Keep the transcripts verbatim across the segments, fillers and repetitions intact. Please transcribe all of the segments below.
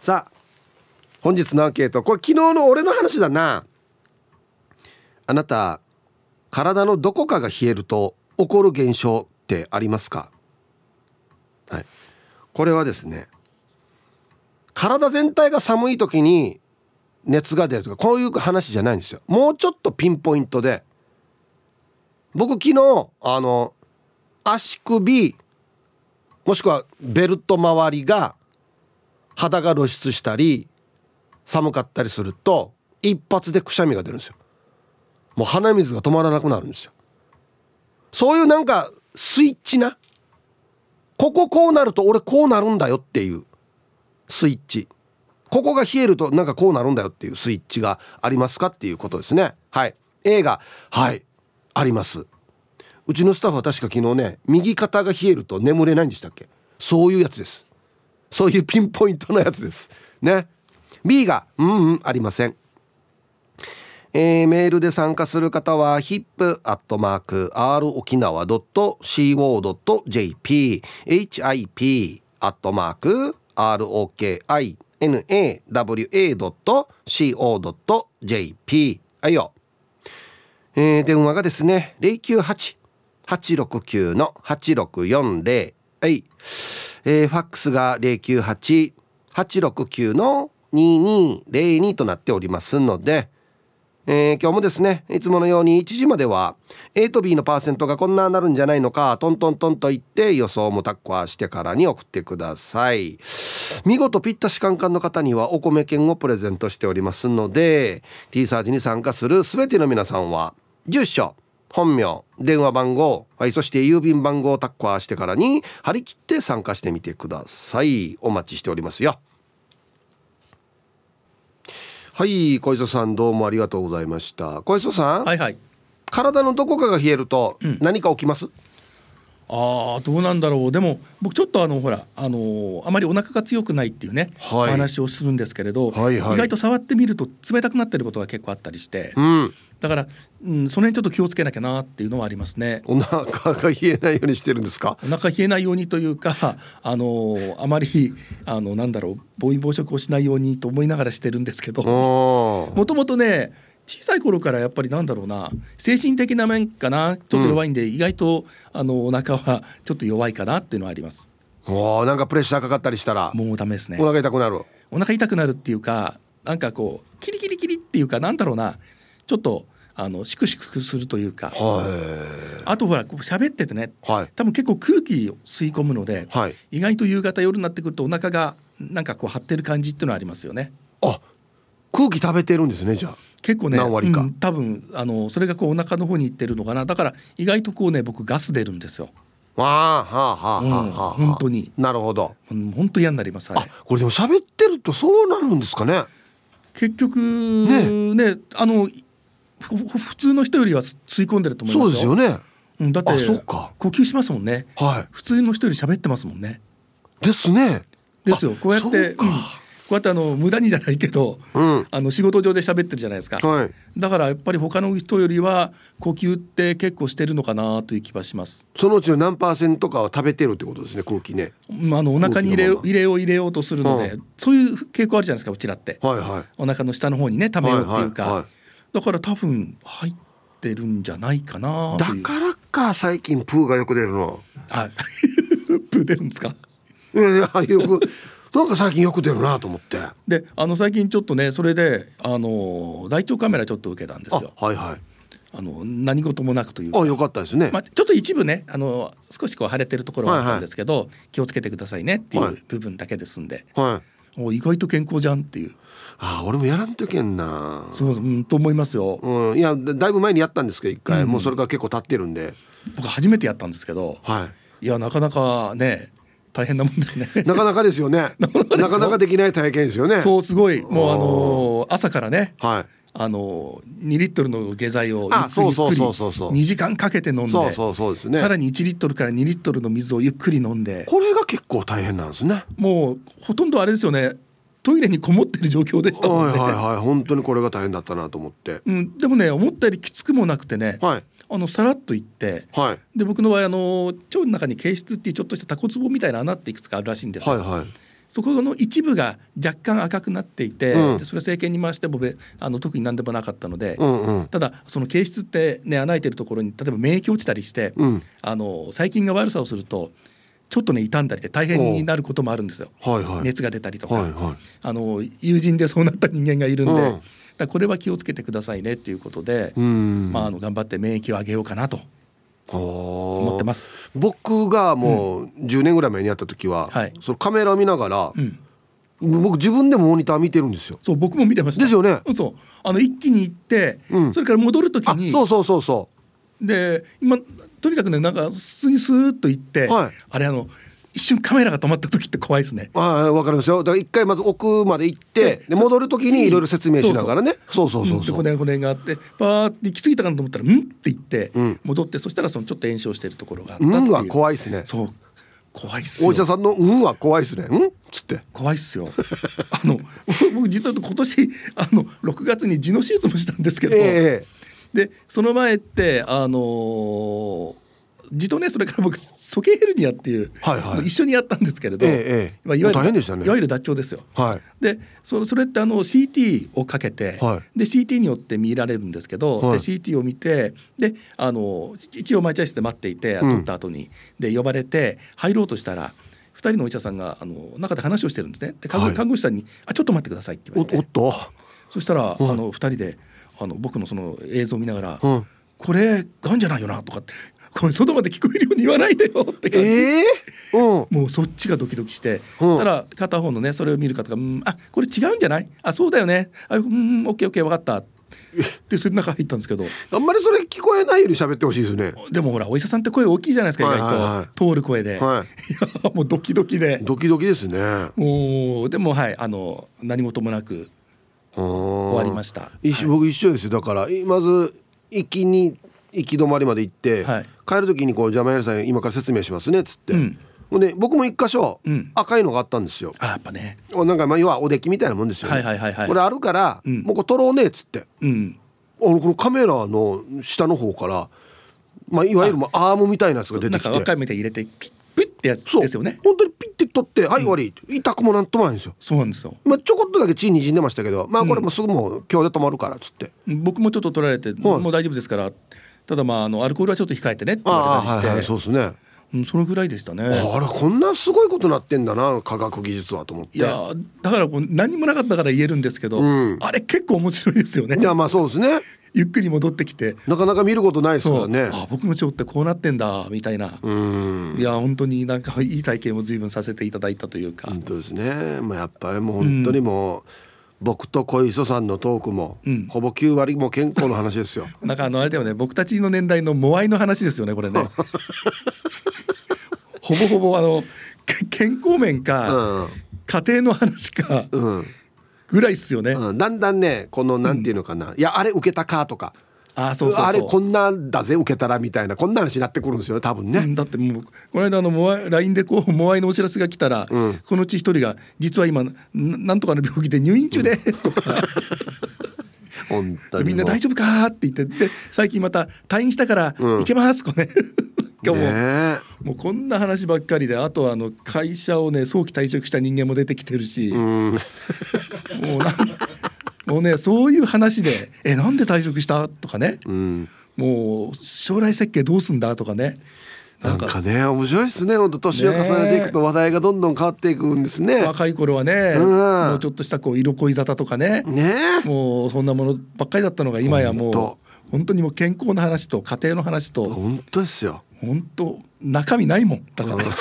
さあ本日のアンケート、これ昨日の俺の話だな。あなた体のどこかが冷えると起こる現象ってありますか？はい、これはですね、体全体が寒い時に熱が出るとかこういう話じゃないんですよ。もうちょっとピンポイントで、僕昨日あの足首もしくはベルト周りが肌が露出したり寒かったりすると一発でくしゃみが出るんですよ。もう鼻水が止まらなくなるんですよ。そういうなんかスイッチな、こここうなると俺こうなるんだよっていうスイッチ、ここが冷えるとなんかこうなるんだよっていうスイッチがありますかっていうことですね。はい、映画、はいあります。うちのスタッフは確か昨日ね、右肩が冷えると眠れないんでしたっけ。そういうやつです。そういうピンポイントのやつですね。 B がうんうんありません。えー、メールで参加する方は ヒップ アットマーク アール 沖縄 ドット シーオー ドット ジェーピー ヒップ アットマーク アール オーケーアイエヌエーダブリューエー ドット シーオー ドット ジェーピー はいよ。えー、電話がですね ゼロきゅうはち はちろくきゅう はちろくよんゼロ、はい、えー、ファックスが ゼロきゅうはち はちろくきゅう ににゼロにとなっておりますので、えー、今日もですねいつものようにいちじまでは A と B のパーセントがこんななるんじゃないのかトントントンと言って予想もタッコアしてからに送ってください。見事ピッタシカンカンの方にはお米券をプレゼントしておりますので T サージに参加するすべての皆さんは住所、本名、電話番号、はい、そして郵便番号をタッコアしてからに張り切って参加してみてください。お待ちしておりますよ。はい、小磯さんどうもありがとうございました。小磯さん、 はいはい、 体のどこかが冷えると何か起きます？うん、 あーどうなんだろう。でも僕ちょっとあのほらあのー、あまりお腹が強くないっていうね、はい、話をするんですけれど、はいはい、意外と触ってみると冷たくなってることが結構あったりして、うん、だから、うん、その辺ちょっと気をつけなきゃなっていうのはありますね。 お腹が冷えないようにしてるんですか？ お腹冷えないようにというかあのー、あまりあのなんだろう暴飲暴食をしないようにと思いながらしてるんですけど、もともとね小さい頃からやっぱりなんだろうな精神的な面かなちょっと弱いんで、うん、意外とあのお腹はちょっと弱いかなっていうのはあります。 おなんかプレッシャーかかったりしたらもうダメですね。 お腹痛くなる。 お腹痛くなるっていうかなんかこうキリキリキリっていうかなんだろうなちょっとあのシクシクするというか、あとほらこう喋っててね、はい、多分結構空気を吸い込むので、はい、意外と夕方夜になってくるとお腹がなんかこう張ってる感じっていうのはありますよね。 あ、空気食べてるんですね。じゃあ結構ね、 何割か、 うん、多分あのそれがこうお腹の方に行ってるのかな。だから意外とこうね僕ガス出るんですよ。 わあ、はあはあはあ、はあ、 本当に。 なるほど、 うん、本当嫌になります。あれあ、これでも喋ってるとそうなるんですかね。 結局 ね, ねあの普通の人よりは吸い込んでると思いますよ。 そうですよね、 うん、だってあ、そうか、 呼吸しますもんね、 はい、 普通の人より喋ってますもんね。 ですね。 ですよ。こうやって、うん、こうやってあの無駄にじゃないけど、うん、あの仕事上で喋ってるじゃないですか、はい、だからやっぱり他の人よりは呼吸って結構してるのかなという気はします。 そのうちの何パーセントかは食べてるってことですね、空気ね。 あのお腹に入れよう入れよう入れようとするので、うん、そういう傾向あるじゃないですかうちらって、はいはい、お腹の下の方にね溜めようっていうか、はいはいはい、だから多分入ってるんじゃないかなという。 だからか最近プーがよく出るの。 あプー出るんですか？ いやいやよくなんか最近よく出るなと思って。 であの最近ちょっとねそれであの大腸カメラちょっと受けたんですよ。 あ、はいはい、 あの何事もなくというか。 あ、よかったですね、 まあ、ちょっと一部ねあの少しこう腫れてるところはあったんですけど、はいはい、気をつけてくださいねっていう部分だけですんで、はい、お意外と健康じゃんっていう。 あ、俺もやらんとけんな。 そう、うん、と思いますよ、 うん、いやだいぶ前にやったんですけど一回、うん、もうそれから結構経ってるんで。 僕初めてやったんですけど、はい、いやなかなかね大変なもんですねなかなかですよねなかなかできない体験ですよね。 そうすごいもうあのー、朝からね、 はい、 あのにリットルの下剤をゆっくりゆっくりにじかんかけて飲んで、 そうそうそうですね、 さらにいちリットルからにリットルの水をゆっくり飲んで、 これが結構大変なんですね。 もうほとんどあれですよね、トイレにこもってる状況でしたもんね。 はいはいはい、本当にこれが大変だったなと思って、 うん、でもね思ったよりきつくもなくてね、はい、あのさらっといって、はい、で僕の場合あの腸の中に憩室っていうちょっとしたタコツボみたいな穴っていくつかあるらしいんですよ、はいはい、 そこの一部が若干赤くなっていて、うん、でそれは政権に回してもあの特に何でもなかったので、うんうん、ただその形質って、ね、穴開いてるところに例えば免疫落ちたりして、うん、あの細菌が悪さをするとちょっとね傷んだりで大変になることもあるんですよ、はいはい、熱が出たりとか、はいはい、あの友人でそうなった人間がいるんで、うん、だこれは気をつけてくださいねということで、まあ、あの頑張って免疫を上げようかなと思ってます。 僕がもうじゅうねんぐらい前にやった時は、うんはい、そのカメラを見ながら、うん、僕自分でもモニター見てるんですよ。 そう僕も見てましたですよね。 そうあの一気に行って、うん、それから戻る時にそうそうそうそうで今とにかくねなんかスーッと行って、はい、あれあの一瞬カメラが止まった時って怖いですね。 ああ分かりますよ。だから一回まず奥まで行ってで戻る時にいろいろ説明しながらねそうそうそうそう、 うん、で骨があってパーって行き過ぎたかなと思ったらうんって言って戻って、うん、そしたらそのちょっと炎症してるところがあったっていう。 うんは怖いですね。 そう怖いっすよ。 お医者さんのうんは怖いっすね。うんつって怖いっすよあの僕実は今年あのろくがつに痔の手術もしたんですけど、えー、でその前ってあのー痔とねそれから僕鼠径ヘルニアっていう、はいはい、一緒にやったんですけれど、ええまあ、いわゆる大変でしたね。いわゆる脱腸ですよ、はい、で そ, それってあの シーティー をかけて、はい、で シーティー によって見られるんですけど、はい、で シーティー を見てであの一応待合室で待っていて、うん、取った後にで呼ばれて入ろうとしたらふたりのお医者さんがあの中で話をしてるんですね。で看護、はい、看護師さんにあちょっと待ってくださいって言われてお, おっとそしたら、うん、あのふたりであの僕のその映像を見ながら、うん、これがんじゃないよなとかってこれ外まで聞こえるように言わないでよって感じ、えーうん、もうそっちがドキドキして、うん、ただ片方のねそれを見る方が、うん、あこれ違うんじゃないあそうだよねあうんオッケーオッケー分かったでそれの中入ったんですけどあんまりそれ聞こえないように喋ってほしいですね。 でもほらお医者さんって声大きいじゃないですか、はいはいはい、意外と通る声で、はい、いやもうドキドキでドキドキですね。 もうでもはいあの何事もなく終わりました。 一緒、はい、僕一緒ですよ。だからまず行きに行き止まりまで行って、はい、帰る時にこう邪魔やりさん今から説明しますねっつって、うん、で僕も一箇所、うん、赤いのがあったんですよ。 あやっぱねなんかまあ要はおできみたいなもんですよね、はいはいはいはい、これあるから、うん、もうこれ撮ろうねっつって、うん、あのこのカメラの下の方から、まあ、いわゆるアームみたいなやつが出てきてなんか若いみたいに入れてピッピッってやつですよね。 本当にピッて取ってはい終わり、うん、痛くもなんともないんですよ。 そうなんですよ、 まあ、ちょこっとだけ血にじんでましたけど、まあこれもすぐもう今日で止まるからっつって、 うん、僕もちょっと取られて、はい、もう大丈夫ですからただまああのアルコールはちょっと控えてねって言われたりして、はいはい、 そうですね、 うん、そのぐらいでしたね。 あれこんなすごいことなってんだな科学技術はと思って。 いやだからこう何もなかったから言えるんですけど、うん、あれ結構面白いですよね。 いやまあそうですねゆっくり戻ってきてなかなか見ることないですからね。 あ僕の腸ってこうなってんだみたいな。うんいや本当になんかいい体験を随分させていただいたというか。 本当ですね、まあ、やっぱりもう本当にもう、うん僕と小磯さんのトークも、うん、ほぼきゅうわりも健康の話ですよなんかあのあれだよね僕たちの年代のモアイの話ですよねこれねほぼほぼあの健康面か、うん、家庭の話か、うん、ぐらいっすよね、 うん、だんだんねこのなんていうのかな、うん、いやあれ受けたかとかあ, そうそうそうあれこんなだぜ受けたらみたいなこんな話になってくるんですよね多分ね、うん、 だってもうこの間あのモアイ ライン でこうモアイのお知らせが来たら、うん、このうち一人が実は今なんとかの病気で入院中ですとか、うん、本当にみんな大丈夫かって言ってで最近また退院したから行けますとかね、今日も、ね、もうこんな話ばっかりであとはあの会社をね早期退職した人間も出てきてるし、うん、もうなんもうねそういう話でえなんで退職したとかね、うん、もう将来設計どうすんだとかねなんかね面白いですね。本当年を重ねていくと話題がどんどん変わっていくんですね。 若い頃はね、うん、もうちょっとしたこう色恋沙汰とか ね, ねもうそんなものばっかりだったのが今やもう本 当, 本当にもう健康の話と家庭の話と本当ですよ。 本当中身ないもんだから、うん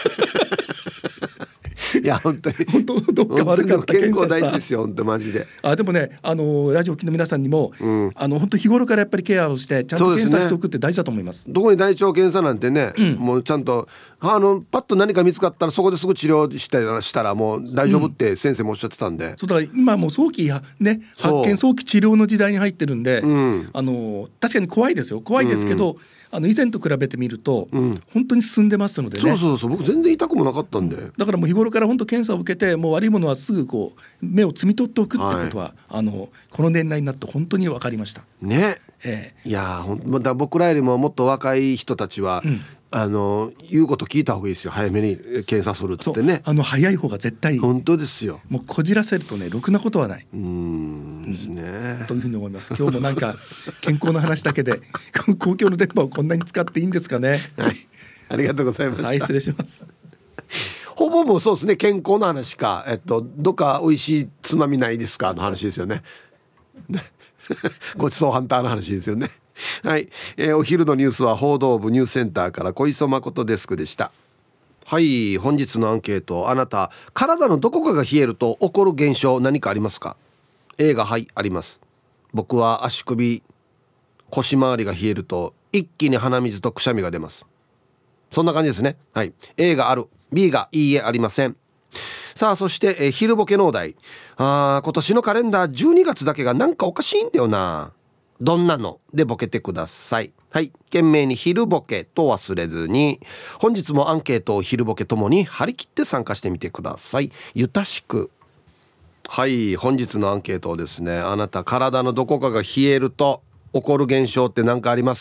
いや本当に本当どっか悪かった健康大事ですよ本当マジで。 あでもねあのラジオ機の皆さんにも、うん、あの本当日頃からやっぱりケアをしてちゃんと検査しておくって大事だと思います。 どこに大腸検査なんてね、うん、もうちゃんとあのパッと何か見つかったらそこですぐ治療したらしたらもう大丈夫って先生もおっしゃってたんで、うん、 そうだから今もう早期、ね、発見早期治療の時代に入ってるんで、うん、あの確かに怖いですよ怖いですけど、うんあの以前と比べてみると、うん、本当に進んでますのでね。 そうそうそう僕全然痛くもなかったんで、うん、 だからもう日頃から本当検査を受けてもう悪いものはすぐこう目を摘み取っておくってことは、はい、あのこの年代になって本当に分かりましたね、ええ、いやほんだ僕らよりももっと若い人たちは、うん、 あの言うこと聞いた方がいいですよ。早めに検査するっつってね。 あの早い方が絶対。 本当ですよ。 もうこじらせるとねろくなことはない。 うーんですね。 というふうに思います。今日もなんか健康の話だけで公共の電波をこんなに使っていいんですかね。 はい、ありがとうございました。 はい、失礼します。 ほぼもうそうですね。健康の話か、えっとどっか美味しいつまみないですかの話ですよね。ねごちそうハンターの話ですよね。はい、えー、お昼のニュースは報道部ニュースセンターから小磯誠デスクでした。はい、本日のアンケート、あなた体のどこかが冷えると起こる現象何かありますか？ A がはいあります。僕は足首腰回りが冷えると一気に鼻水とくしゃみが出ます。そんな感じですね。はい、 A がある、 B がいいえありません。さあそして、えー、昼ボケのお題。あー今年のカレンダーじゅうにがつだけがなんかおかしいんだよな。どんなのでボケてください。はい、懸命に昼ボケと忘れずに、本日もアンケートを昼ボケともに張り切って参加してみてください。ゆたしく。はい、本日のアンケートをですね、あなた体のどこかが冷えると起こる現象って何かあります？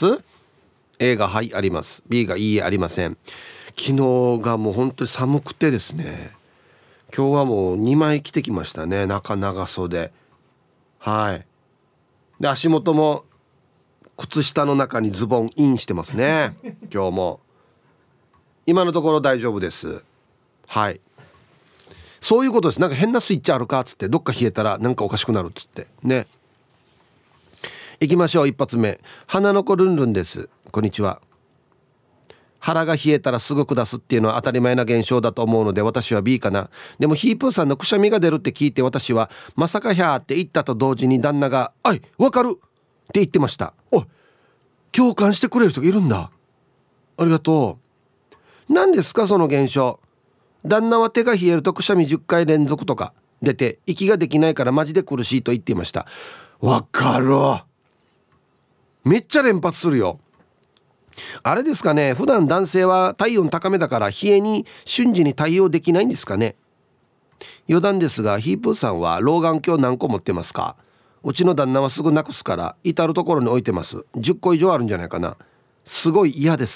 A がはいあります。 B がいいえありません。昨日がもう本当に寒くてですね、今日はもうにまい着てきましたね。中長袖。はい。で足元も靴下の中にズボンインしてますね。今日も今のところ大丈夫です。はい、そういうことです。なんか変なスイッチあるかっつって、どっか冷えたらなんかおかしくなるっつってね。行きましょう。一発目、花の子ルンルンです。こんにちは。腹が冷えたらすぐ下すっていうのは当たり前な現象だと思うので私は B かな。でもヒープーさんのくしゃみが出るって聞いて、私はまさかひゃーって言ったと同時に旦那が「あいわかる!」って言ってました。おい、共感してくれる人がいるんだ。ありがとう。何ですかその現象。旦那は手が冷えるとくしゃみじゅっかい連続とか出て息ができないからマジで苦しいと言っていました。わかる。めっちゃ連発するよ。あれですかね、普段男性は体温高めだから冷えに瞬時に対応できないんですかね。余談ですが、ヒープーさんは老眼鏡何個持ってますか？うちの旦那はすぐなくすから至る所に置いてます。じゅっこ以上あるんじゃないかな。すごい嫌です。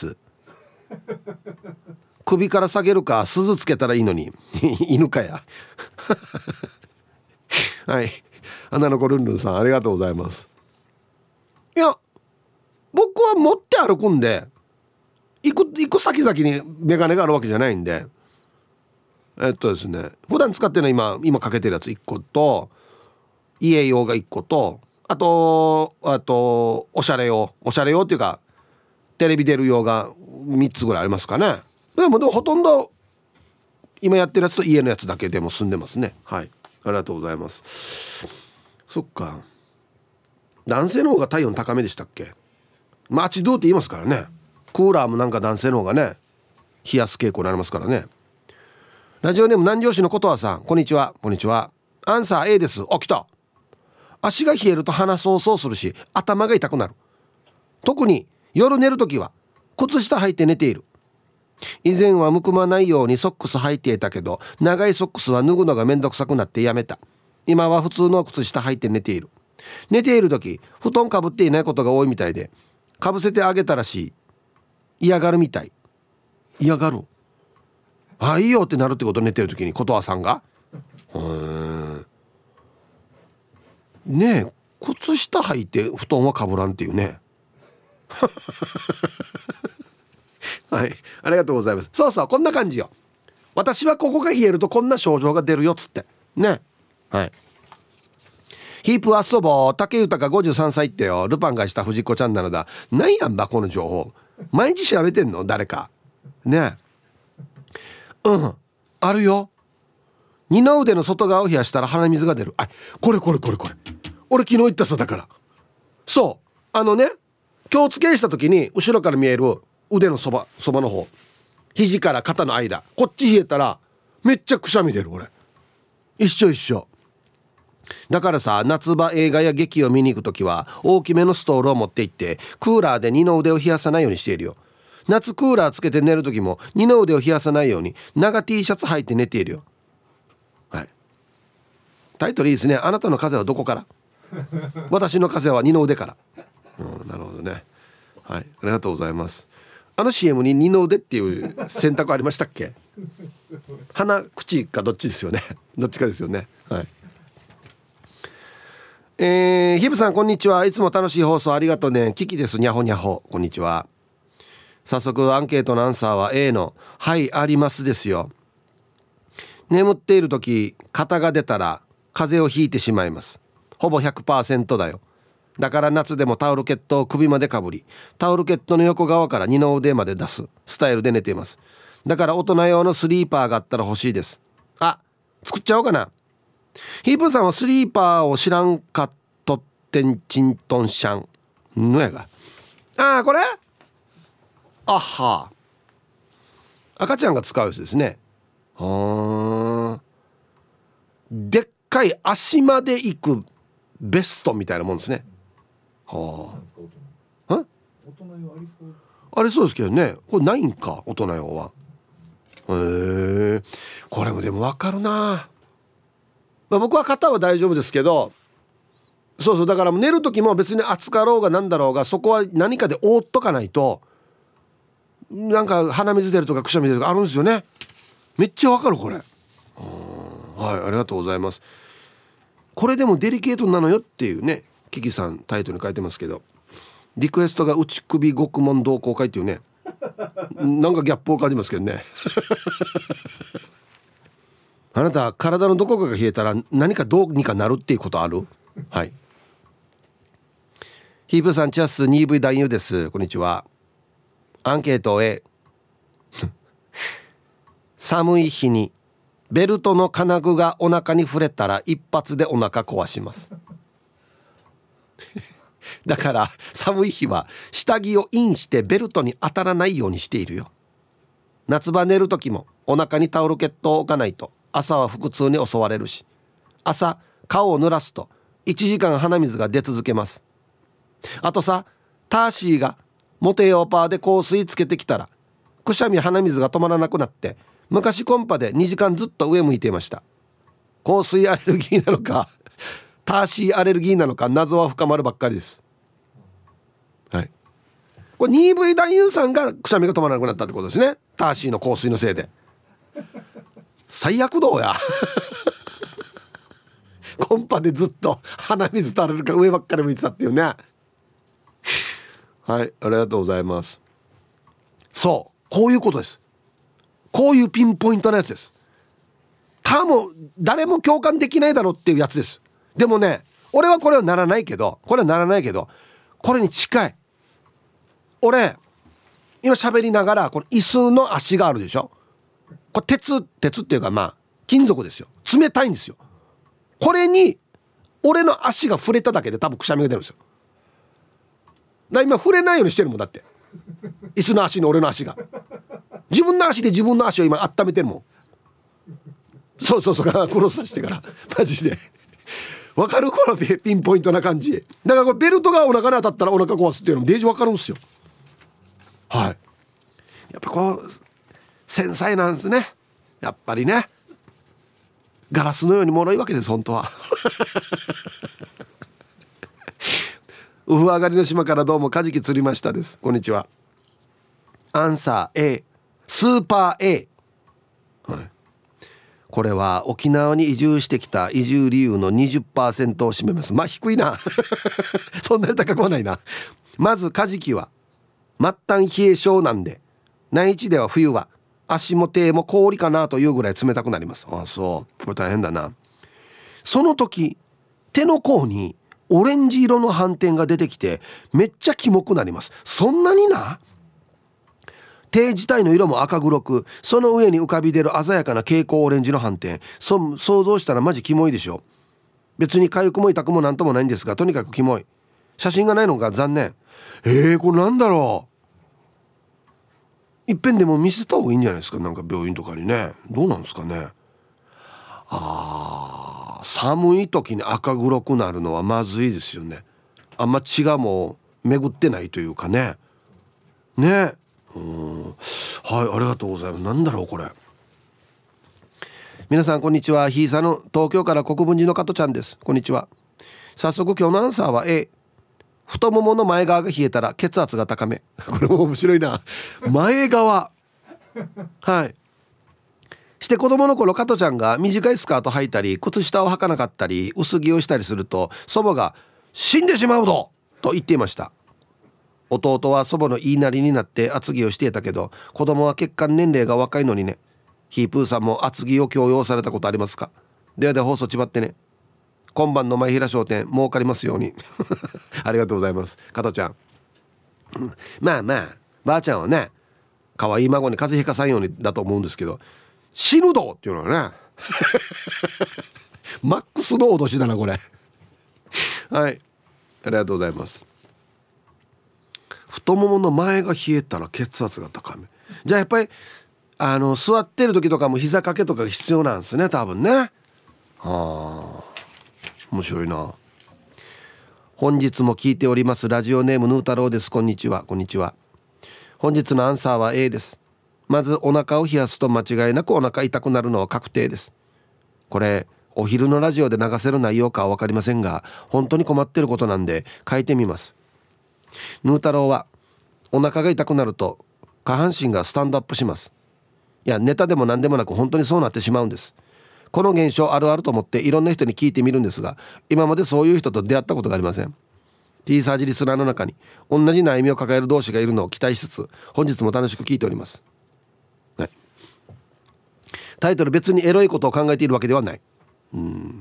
首から下げるか鈴つけたらいいのに犬かやはい、花の子ルンルンさんありがとうございます。いや僕は持って歩くんで、行く行く先々にメガネがあるわけじゃないんで、えっとですね普段使ってるのは今今かけてるやついっこと、家用がいっこと、あとあとおしゃれ用おしゃれ用っていうかテレビ出る用がみっつぐらいありますかね。でもでもほとんど今やってるやつと家のやつだけでも済んでますね。はい、ありがとうございます。そっか、男性の方が体温高めでしたっけ。まあちどうって言いますからね。クーラーもなんか男性の方がね冷やす傾向になりますからね。ラジオネーム南城市のことわさん、こんにちは。こんにちは。アンサー A です。起きた。足が冷えると鼻そうそうするし頭が痛くなる。特に夜寝るときは靴下履いて寝ている。以前はむくまないようにソックス履いていたけど、長いソックスは脱ぐのがめんどくさくなってやめた。今は普通の靴下履いて寝ている。寝ているとき布団かぶっていないことが多いみたいで、かぶせてあげたらしい。嫌がるみたい。嫌がる。あ、いいよってなるってこと。寝てるときにことわさんが。うーんねえ、靴下履いて布団はかぶらんっていうねはい、ありがとうございます。そうそう、こんな感じよ。私はここが冷えるとこんな症状が出るよっつってね。はい、ヒープ遊ぼう竹豊ごじゅうさんさいってよ。ルパンがした藤子ちゃんなのだ。なんやんばこの情報。毎日調べてんの誰かね。うんあるよ。二の腕の外側を冷やしたら鼻水が出る。あ、これこれこれこれ俺昨日言ったさ。だからそうあのね、今日付けした時に後ろから見える腕のそばそばの方、肘から肩の間、こっち冷えたらめっちゃくしゃみ出る。俺一緒一緒だからさ、夏場映画や劇を見に行くときは大きめのストールを持って行ってクーラーで二の腕を冷やさないようにしているよ。夏クーラーつけて寝るときも二の腕を冷やさないように長 T シャツ履いて寝ているよ。はい、タイトルいいですね。あなたの風はどこから私の風は二の腕から。うん、なるほどね。はい、ありがとうございます。 あの シーエム に二の腕っていう選択ありましたっけ？鼻口かどっちですよねどっちかですよね。はい。えー、ヒブさんこんにちは。いつも楽しい放送ありがとうね。キキです。にゃほにゃほ。こんにちは。早速アンケートのアンサーは A のはいありますですよ。眠っている時肩が出たら風邪をひいてしまいます。ほぼ ひゃくパーセント だよ。だから夏でもタオルケットを首までかぶり、タオルケットの横側から二の腕まで出すスタイルで寝ています。だから大人用のスリーパーがあったら欲しいです。あ、作っちゃおうかな。ヒープーさんはスリーパーを知らんかっとってんちんとんしゃんのやが。あーこれあは赤ちゃんが使うやつですね。はーでっかい足まで行くベストみたいなもんですね。はあ、あありそうですけどね。これないんか大人用は。へえ、これもでも分かるな。まあ、僕は肩は大丈夫ですけど、そうそう、だから寝る時も別に暑かろうがなんだろうが、そこは何かで覆っとかないとなんか鼻水出るとかくしゃみ出るとかあるんですよね。めっちゃ分かるこれ。はい、ありがとうございます。これでもデリケートなのよっていうね、キキさんタイトルに書いてますけど、リクエストが内首獄門同好会っていうね、なんかギャップを感じますけどねあなた体のどこかが冷えたら何かどうにかなるっていうことある？はい。ヒープさんチャス にブイ 男優です。こんにちは。アンケート A 寒い日にベルトの金具がお腹に触れたら一発でお腹壊しますだから寒い日は下着をインしてベルトに当たらないようにしているよ。夏場寝る時もお腹にタオルケットを置かないと朝は腹痛に襲われるし、朝顔を濡らすといちじかん鼻水が出続けます。あとさ、ターシーがモテヨーパーで香水つけてきたらくしゃみ鼻水が止まらなくなって、昔コンパでにじかんずっと上向いていました。香水アレルギーなのかターシーアレルギーなのか謎は深まるばっかりです。はい。これ にブイ 男優さんがくしゃみが止まらなくなったってことですね。ターシーの香水のせいで。最悪どうやコンパでずっと鼻水垂れるか上ばっかり向いてたっていうね。はい、ありがとうございます。そうこういうことです。こういうピンポイントなやつです。かも誰も共感できないだろうっていうやつです。でもね、俺はこれはならないけどこれはならないけどこれに近い。俺今喋りながらこの椅子の足があるでしょ。これ鉄鉄っていうかまあ金属ですよ。冷たいんですよ。これに俺の足が触れただけで多分くしゃみが出るんですよ。だから今触れないようにしてるもん。だって椅子の足に俺の足が自分の足で自分の足を今温めてるもん。そうそうそう、クロスしてからマジでわかる？このピンポイントな感じだから、これベルトがお腹に当たったらお腹壊すっていうのもデージわかるんですよ。はい。やっぱこう繊細なんですね、やっぱりね。ガラスのように脆いわけです本当はウフ上がりの島からどうもカジキ釣りましたです。こんにちは。アンサー A スーパー A、はい、これは沖縄に移住してきた移住理由の にじゅっパーセント を占めます。まあ低いなそんなに高くはないな。まずカジキは末端冷え性なんで、内地では冬は足も手も氷かなというぐらい冷たくなります。ああそう、これ大変だな。その時手の甲にオレンジ色の斑点が出てきてめっちゃキモくなります。そんなにな。手自体の色も赤黒く、その上に浮かび出る鮮やかな蛍光オレンジの斑点、そ想像したらマジキモいでしょ。別に痒くも痛くもなんともないんですが、とにかくキモい。写真がないのが残念。えー、これなんだろう。いっぺんでも見せた方がいいんじゃないですか。なんか病院とかにね。どうなんですかね。あー、寒い時に赤黒くなるのはまずいですよね。あんま血がもう巡ってないというかね。ね。うん、はい、ありがとうございます。なんだろうこれ。皆さんこんにちは。ひいさの東京から国分寺の加トちゃんです。こんにちは。早速今日のアンサーは A。 太ももの前側が冷えたら血圧が高め。これも面白いな。前側。はいして子供の頃加トちゃんが短いスカート履いたり靴下を履かなかったり薄着をしたりすると祖母が死んでしまうぞと言っていました。弟は祖母の言いなりになって厚着をしていたけど子供は血管年齢が若いのにね。ヒープーさんも厚着を強要されたことありますか？ではでは放送ちばってね。今晩の前平商店儲かりますように。ありがとうございます加トちゃん、うん、まあまあばあちゃんはね可愛い孫に風邪ひかさんようにだと思うんですけど死ぬどっていうのはねマックスの脅しだなこれ。はいありがとうございます。太ももの前が冷えたら血圧が高め。じゃあやっぱりあの座ってる時とかも膝掛けとかが必要なんですね多分ね。はあ面白いな。本日も聞いておりますラジオネームヌー太郎です。こんにちは。こんにちは。本日のアンサーは A です。まずお腹を冷やすと間違いなくお腹痛くなるのは確定です。これお昼のラジオで流せる内容かは分かりませんが本当に困ってることなんで書いてみます。ヌー太郎はお腹が痛くなると下半身がスタンドアップします。いやネタでも何でもなく本当にそうなってしまうんです。この現象あるあると思っていろんな人に聞いてみるんですが今までそういう人と出会ったことがありません。 T サージリスナーの中に同じ悩みを抱える同士がいるのを期待しつつ本日も楽しく聞いております。はい、タイトル別にエロいことを考えているわけではない。うん、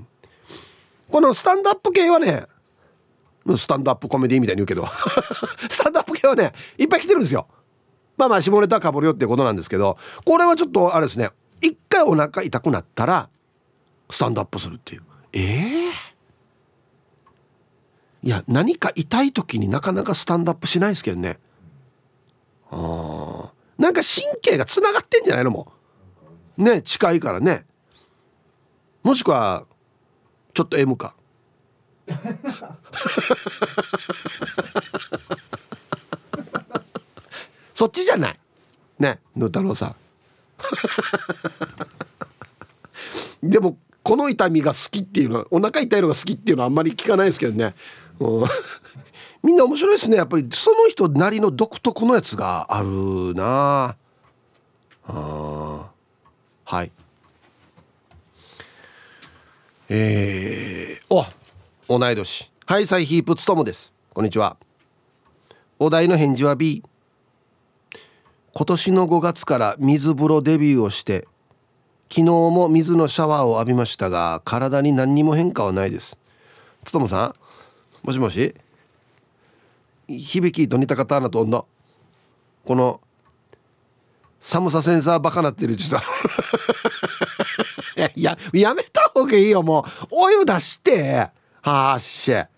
このスタンドアップ系はねスタンドアップコメディみたいに言うけどスタンドアップ系はねいっぱい来てるんですよ。まあまあ下ネタかぶるよっていうことなんですけどこれはちょっとあれですね一回お腹痛くなったらスタンドアップするっていうええー、いや何か痛い時になかなかスタンドアップしないですけどね。あなんか神経がつながってんじゃないのもね近いからね。もしくはちょっと M かそっちじゃないねヌー太郎さんでもこの痛みが好きっていうのはお腹痛いのが好きっていうのはあんまり聞かないですけどね、うん、みんな面白いですねやっぱりその人なりの独特のやつがあるなあ。はいえー、お同い年ハイサイヒープツトムです。こんにちは。お題の返事は B。 今年のごがつから水風呂デビューをして昨日も水のシャワーを浴びましたが体に何にも変化はないです。つともさんもしもし響きと似た方なと女この寒さセンサーバカなってるちょっといややめた方がいいよもうお湯出してはーっしゃ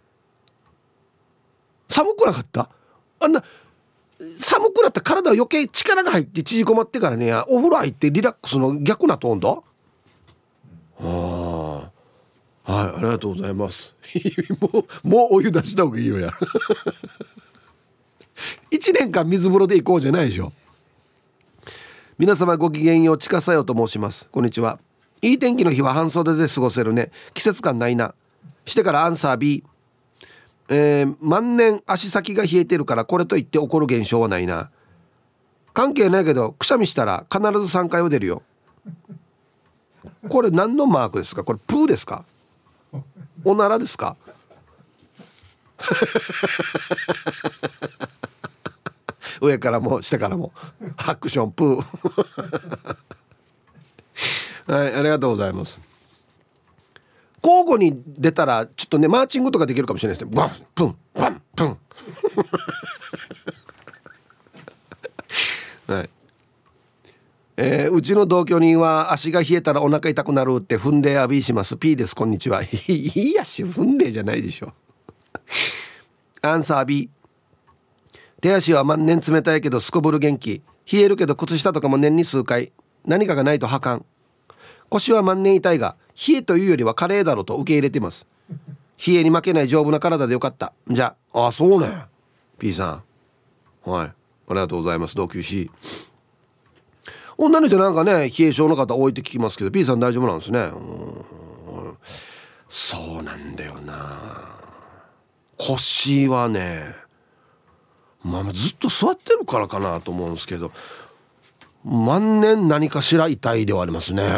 寒くなかったあんな寒くなった体は余計力が入って縮こまってからねお風呂入ってリラックスの逆なトーンだ。あはいありがとうございますもうもうお湯出した方がいいよやいちねんかん水風呂で行こうじゃないでしょ。皆様ごきげんようちかさよと申します。こんにちは。いい天気の日は半袖で過ごせるね。季節感ないな。してからアンサー B。えー、万年足先が冷えてるからこれといって起こる現象はないな。関係ないけどくしゃみしたら必ずさんかいは出るよ。これ何のマークですか？これプーですか？おならですか？上からも下からもハクションプーはいありがとうございます。交互に出たらちょっとねマーチングとかできるかもしれないですね。ワンプンワンプンはいえー、うちの同居人は足が冷えたらお腹痛くなるって踏んで浴びします。 P です。こんにちは。いいやし踏んでじゃないでしょアンサー B。 手足は万年冷たいけどすこぶる元気。冷えるけど靴下とかも年に数回何かがないと破かん。腰は万年痛いが冷えというよりはカレーだろうと受け入れてます。冷えに負けない丈夫な体でよかった。じゃああそうね P さんはいありがとうございます。同級生女の人なんかね冷え性の方多いって聞きますけど P さん大丈夫なんですね。うんそうなんだよな。 腰はね、まあずっと座ってるからかなと思うんですけど、万年何かしら痛いではありますね。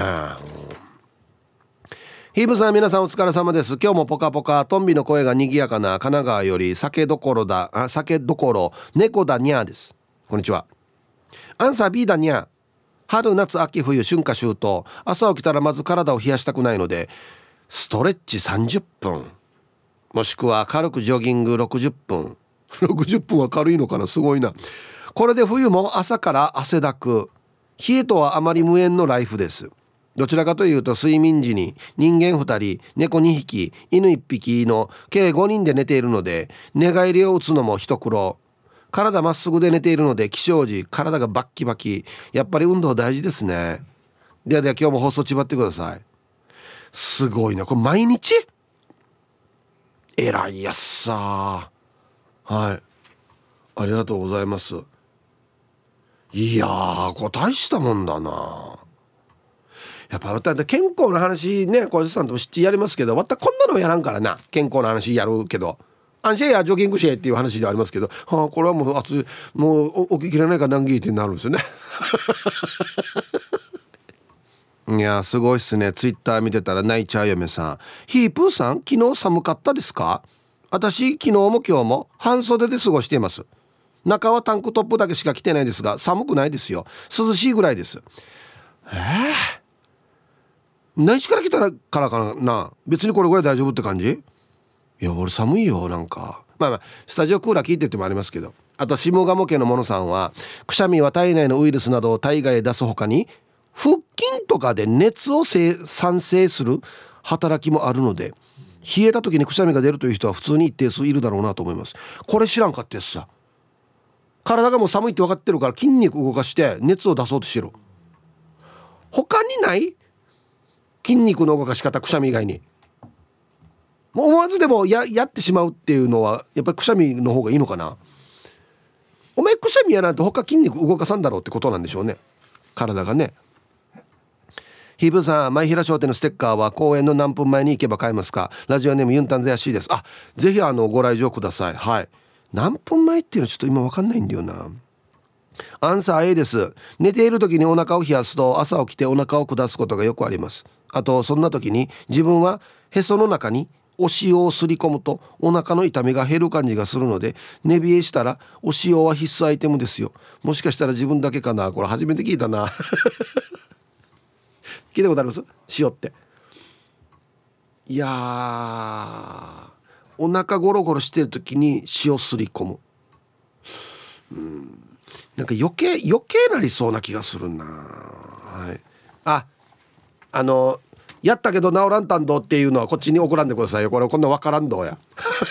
ヒーブさん、皆さんお疲れ様です。今日もポカポカトンビの声が賑やかな神奈川より酒どころだあ酒どころ猫だにゃーです。こんにちは。アンサー B だにゃー。春夏秋冬春夏秋冬、朝起きたらまず体を冷やしたくないのでストレッチさんじゅっぷん、もしくは軽くジョギングろくじゅっぷん。ろくじゅっぷんは軽いのかな、すごいな。これで冬も朝から汗だく、冷えとはあまり無縁のライフです。どちらかというと睡眠時に人間ふたり、猫にひき、犬いっぴきの計ごにんで寝ているので寝返りを打つのも一苦労。体まっすぐで寝ているので起床時体がバッキバキ。やっぱり運動大事ですね。ではでは今日も放送ちばってください。すごいな、これ毎日えらいやっさ。はい、ありがとうございます。いやー、これ大したもんだな。やっぱ健康の話ね、小泉さんとも七やりますけど、またこんなのやらんからな。健康の話やるけど、アンシェやジョギングシェっていう話でありますけど、はあ、これはもう熱い、もう起ききれないから難儀ってなるんですよね。いやすごいっすね。ツイッター見てたら泣いちゃう嫁さん。ヒープーさん、昨日寒かったですか？私昨日も今日も半袖で過ごしています。中はタンクトップだけしか着てないですが寒くないですよ。涼しいぐらいです。えー、内地から来たからかな。別にこれぐらい大丈夫って感じ。いや俺寒いよ。なんかまあまあスタジオクーラー効いてってもありますけど、あと下鴨家のものさんは、くしゃみは体内のウイルスなどを体外へ出すほかに腹筋とかで熱を産生する働きもあるので、冷えた時にくしゃみが出るという人は普通に一定数いるだろうなと思います。これ知らんかったやつさ。体がもう寒いって分かってるから筋肉動かして熱を出そうとしてる。他にない筋肉の動かし方、くしゃみ以外に。もう思わずでも や, やってしまうっていうのはやっぱりくしゃみの方がいいのかな。お前くしゃみやなんて他筋肉動かさんだろうってことなんでしょうね、体がね。ヒーブさん、前平商店のステッカーは公演の何分前に行けば買えますか？ラジオネームユンタンゼヤシーです。あ、ぜひあのご来場ください。はい、何分前っていうのはちょっと今分かんないんだよな。アンサー A です。寝ている時にお腹を冷やすと朝起きてお腹を下すことがよくあります。あとそんな時に自分はへその中にお塩をすり込むとお腹の痛みが減る感じがするので、寝冷えしたらお塩は必須アイテムですよ。もしかしたら自分だけかな。これ初めて聞いたな。聞いたことあります？塩って。いやー、お腹ゴロゴロしてる時に塩すり込む。うん、なんか余計余計なりそうな気がするな。はい。あ、あのやったけど治らんたんどっていうのはこっちに怒らんでくださいよ。これこんなわからんどうや。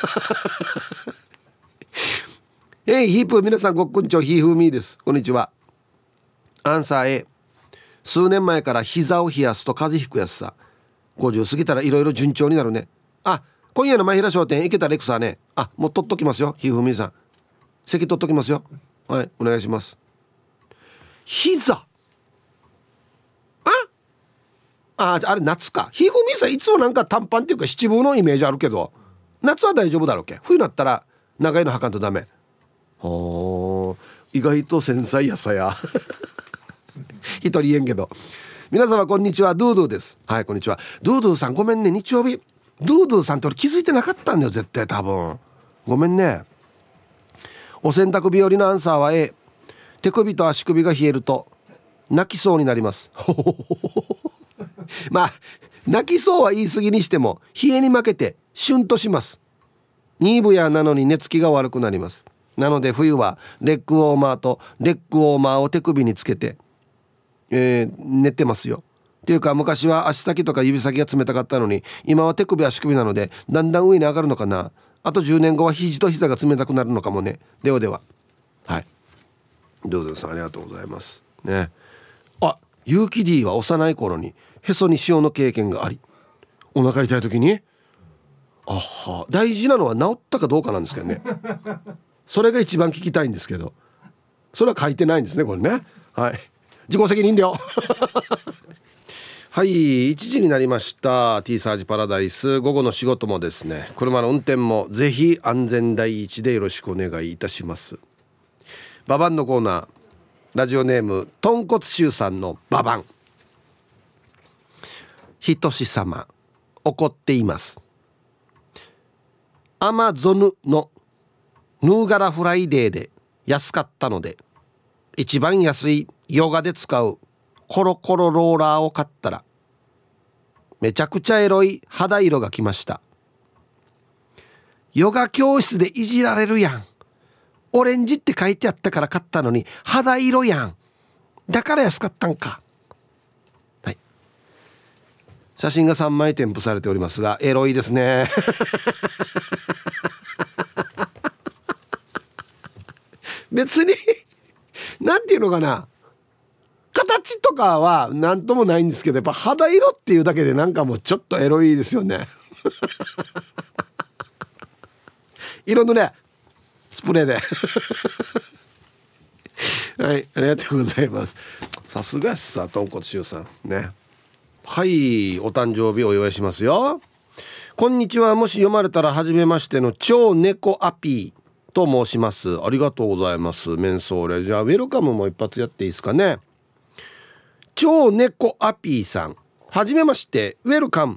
えいヒープ、皆さんごっくんちょ、ひーふーみーです。こんにちは。アンサー A。 数年前から膝を冷やすと風邪ひくやつさ。ごじゅう過ぎたらいろいろ順調になるね。あ、今夜の前平商店行けたレクサーね。あ、もう取っときますよ。ひーふーみーさん、席取っときますよ。はい、お願いします。膝、ああれ夏か。ひふみさんいつもなんか短パンっていうか七分のイメージあるけど、夏は大丈夫だろうけ。冬になったら長いの履かんとダメ。ほー、意外と繊細やさや。一人言えんけど。皆様こんにちは、ドゥードゥです。はい、こんにちは。ドゥードゥさんごめんね、日曜日ドゥードゥさんって俺気づいてなかったんだよ絶対。多分ごめんね。お洗濯日和のアンサーは A。 手首と足首が冷えると泣きそうになります。まあ泣きそうは言い過ぎにしても冷えに負けてシュンとします。ニーブヤなのに寝つきが悪くなります。なので冬はレッグウォーマーとレッグウォーマーを手首につけて、えー、寝てますよ。っていうか昔は足先とか指先が冷たかったのに今は手首足首なのでだんだん上に上がるのかな。あとじゅうねんごは肘と膝が冷たくなるのかもね。ではでは。はい、どうぞさんありがとうございますね。あ、ユーキ D は幼い頃にへそに塩の経験があり、お腹痛い時にあは大事なのは治ったかどうかなんですけどね。それが一番聞きたいんですけど、それは書いてないんですねこれね。はい、自己責任だよ。 はい、いちじになりました。 T サージパラダイス、午後の仕事もですね、車の運転もぜひ安全第一でよろしくお願いいたします。ババンのコーナー、ラジオネームとんこつしゅうさんのババン。ひとし様怒っています。アマゾヌのヌーガラフライデーで安かったので、一番安いヨガで使うコロコロローラーを買ったらめちゃくちゃエロい肌色が来ました。ヨガ教室でいじられるやん。オレンジって書いてあったから買ったのに肌色やん。だから安かったんか。はい、写真がさんまい添付されておりますが、エロいですね別になんていうのかな、形とかはなんともないんですけど、やっぱ肌色っていうだけでなんかもうちょっとエロいですよね色塗れスプレーではい、ありがとうございます。さすがさとんこつしゅうさんね。はい、お誕生日お祝いしますよ。こんにちは。もし読まれたら初めましての超猫アピーと申します。ありがとうございます。メンソーレ。じゃあウェルカムも一発やっていいですかね。超猫アピーさん、はじめまして、ウェルカム。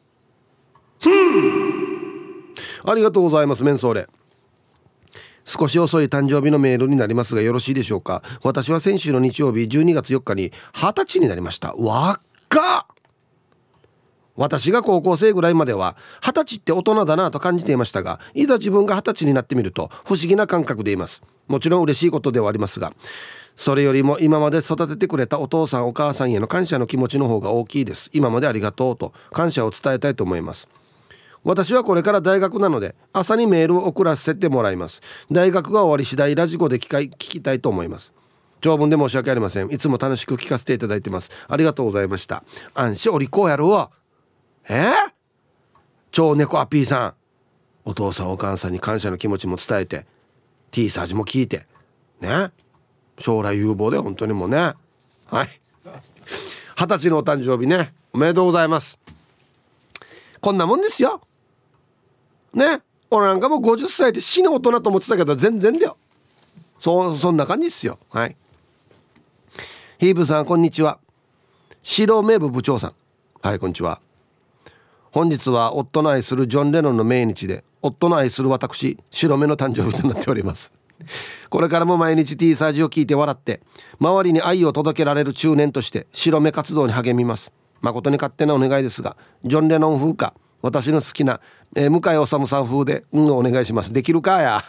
ありがとうございます。メンソーレ。少し遅い誕生日のメールになりますがよろしいでしょうか。私は先週の日曜日じゅうにがつよっかにはたちになりました。わっか。私が高校生ぐらいまでははたちって大人だなと感じていましたが、いざ自分がはたちになってみると不思議な感覚でいます。もちろん嬉しいことではありますが、それよりも今まで育ててくれたお父さんお母さんへの感謝の気持ちの方が大きいです。今までありがとうと感謝を伝えたいと思います。私はこれから大学なので朝にメールを送らせてもらいます。大学が終わり次第ラジコで聞かい聞きたいと思います。長文で申し訳ありません。いつも楽しく聞かせていただいてます。ありがとうございました。あんしおりこうやるわ。えー、超猫アピーさん、お父さんお母さんに感謝の気持ちも伝えて T サージも聞いてね、将来有望で本当にもうね。はい、二十歳のお誕生日ね、おめでとうございます。こんなもんですよね。俺なんかもうごじゅっさいで死ぬ大人と思ってたけど全然だよ。そそんな感じですよ。はい。ヒーブさんこんにちは。白目部部長さん、はいこんにちは。本日は夫の愛するジョン・レノンの命日で、夫の愛する私白目の誕生日となっております。これからも毎日 T サージを聞いて笑って周りに愛を届けられる中年として白目活動に励みます。誠に勝手なお願いですが、ジョン・レノン風か私の好きな、えー、向井理さん風でうんお願いします。できるかや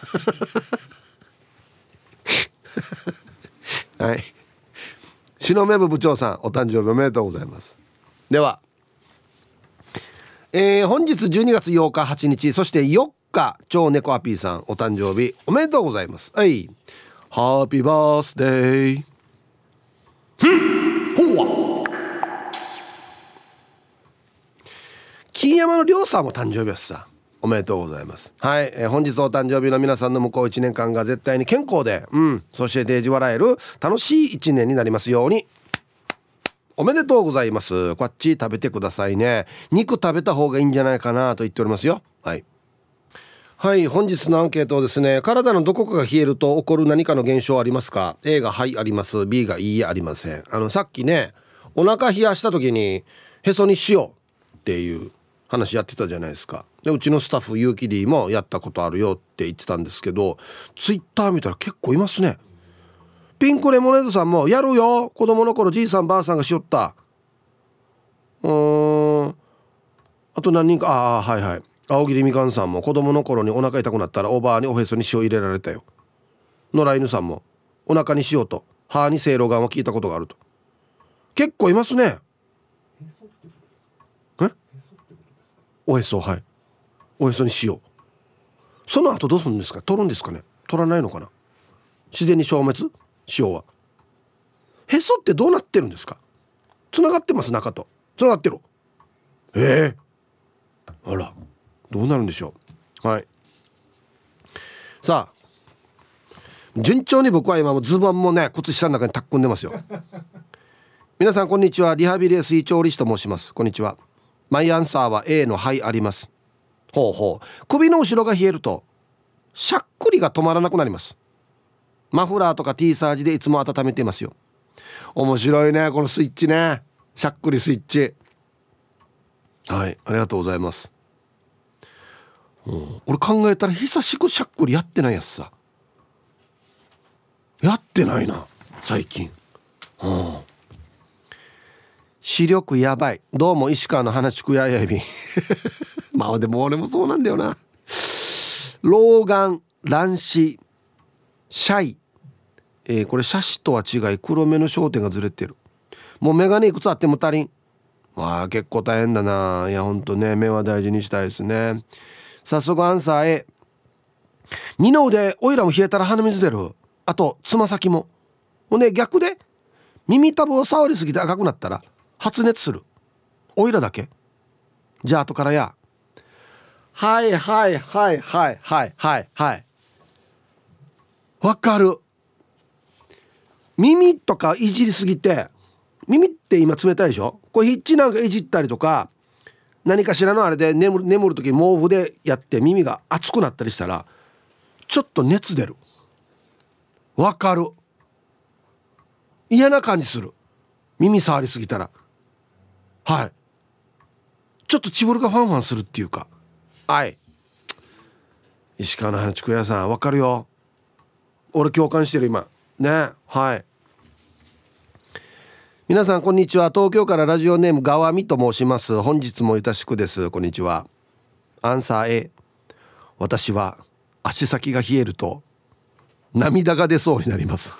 はい、白目部部長さんお誕生日おめでとうございます。では、えー、本日じゅうにがつようかはちにち、そしてよっか超猫アピーさんお誕生日おめでとうございます。はい、ハッピーバースデー。ふんほわ金山のりょうさんも誕生日ですさ。おめでとうございます。はい、えー、本日お誕生日の皆さんの向こういちねんかんが絶対に健康で、うん、そしてデージ笑える楽しいいちねんになりますように。おめでとうございます。こっち食べてくださいね。肉食べた方がいいんじゃないかなと言っておりますよ。はいはい、本日のアンケートですね。体のどこかが冷えると起こる何かの現象ありますか？ A がはいあります。 B がいいえありません。あのさっきね、お腹冷やした時にへそに塩っていう話やってたじゃないですか。でうちのスタッフユーキ D もやったことあるよって言ってたんですけど、ツイッター見たら結構いますね。ピンクレモネードさんもやるよ、子供の頃じいさんばあさんがしよった。うーん、あと何人か、ああはいはい、青桐みかんさんも子供の頃にお腹痛くなったらおばあにおへそに塩入れられたよ。野良犬さんもお腹に塩と歯にせいろがんを聞いたことがあると。結構いますね。えおへそ、はい、おへそに塩。その後どうするんですか？取るんですかね？取らないのかな？自然に消滅？塩はへそってどうなってるんですか？つながってます？中とつながってる。ええー、あらどうなるんでしょう。はい、さあ順調に僕は今もズボンもね靴下の中にタックんでますよ。 皆さんこんにちは。リハビリエスイ調理師と申します。こんにちは。マイアンサーは A のはいあります。ほうほう。首の後ろが冷えるとしゃっくりが止まらなくなります。マフラーとか T サージでいつも温めていますよ。面白いねこのスイッチね。しゃっくりスイッチ。はい、ありがとうございます。うん、俺考えたら久しくしゃっくりやってないやつさ。やってないな最近。うん、視力やばい。どうも石川の花竹ややびまあでも俺もそうなんだよな。老眼、乱視、シャイ、えー、これシャシとは違い黒目の焦点がずれてる。もう眼鏡いくつあっても足りん。まあ結構大変だな。いやほんとね、目は大事にしたいですね。早速アンサー A。 二の腕オイラも冷えたら鼻水出る。あとつま先も。ほんで逆で耳たぶを触りすぎて赤くなったら発熱する。オイラだけ。じゃあ後からや。はいはいはいはいはいはいはいわかる。耳とかいじりすぎて、耳って今冷たいでしょ。これヒッチなんかいじったりとか何かしらのあれで眠る眠る時毛布でやって耳が熱くなったりしたらちょっと熱出る。わかる。嫌な感じする。耳触りすぎたら。はい、ちょっとチブルがファンファンするっていうか。はい、石川の花竹屋さんわかるよ。俺共感してる今ね。はい、皆さんこんにちは。東京からラジオネームガワミと申します。本日もゆたしくです。こんにちは。アンサー A。 私は足先が冷えると涙が出そうになります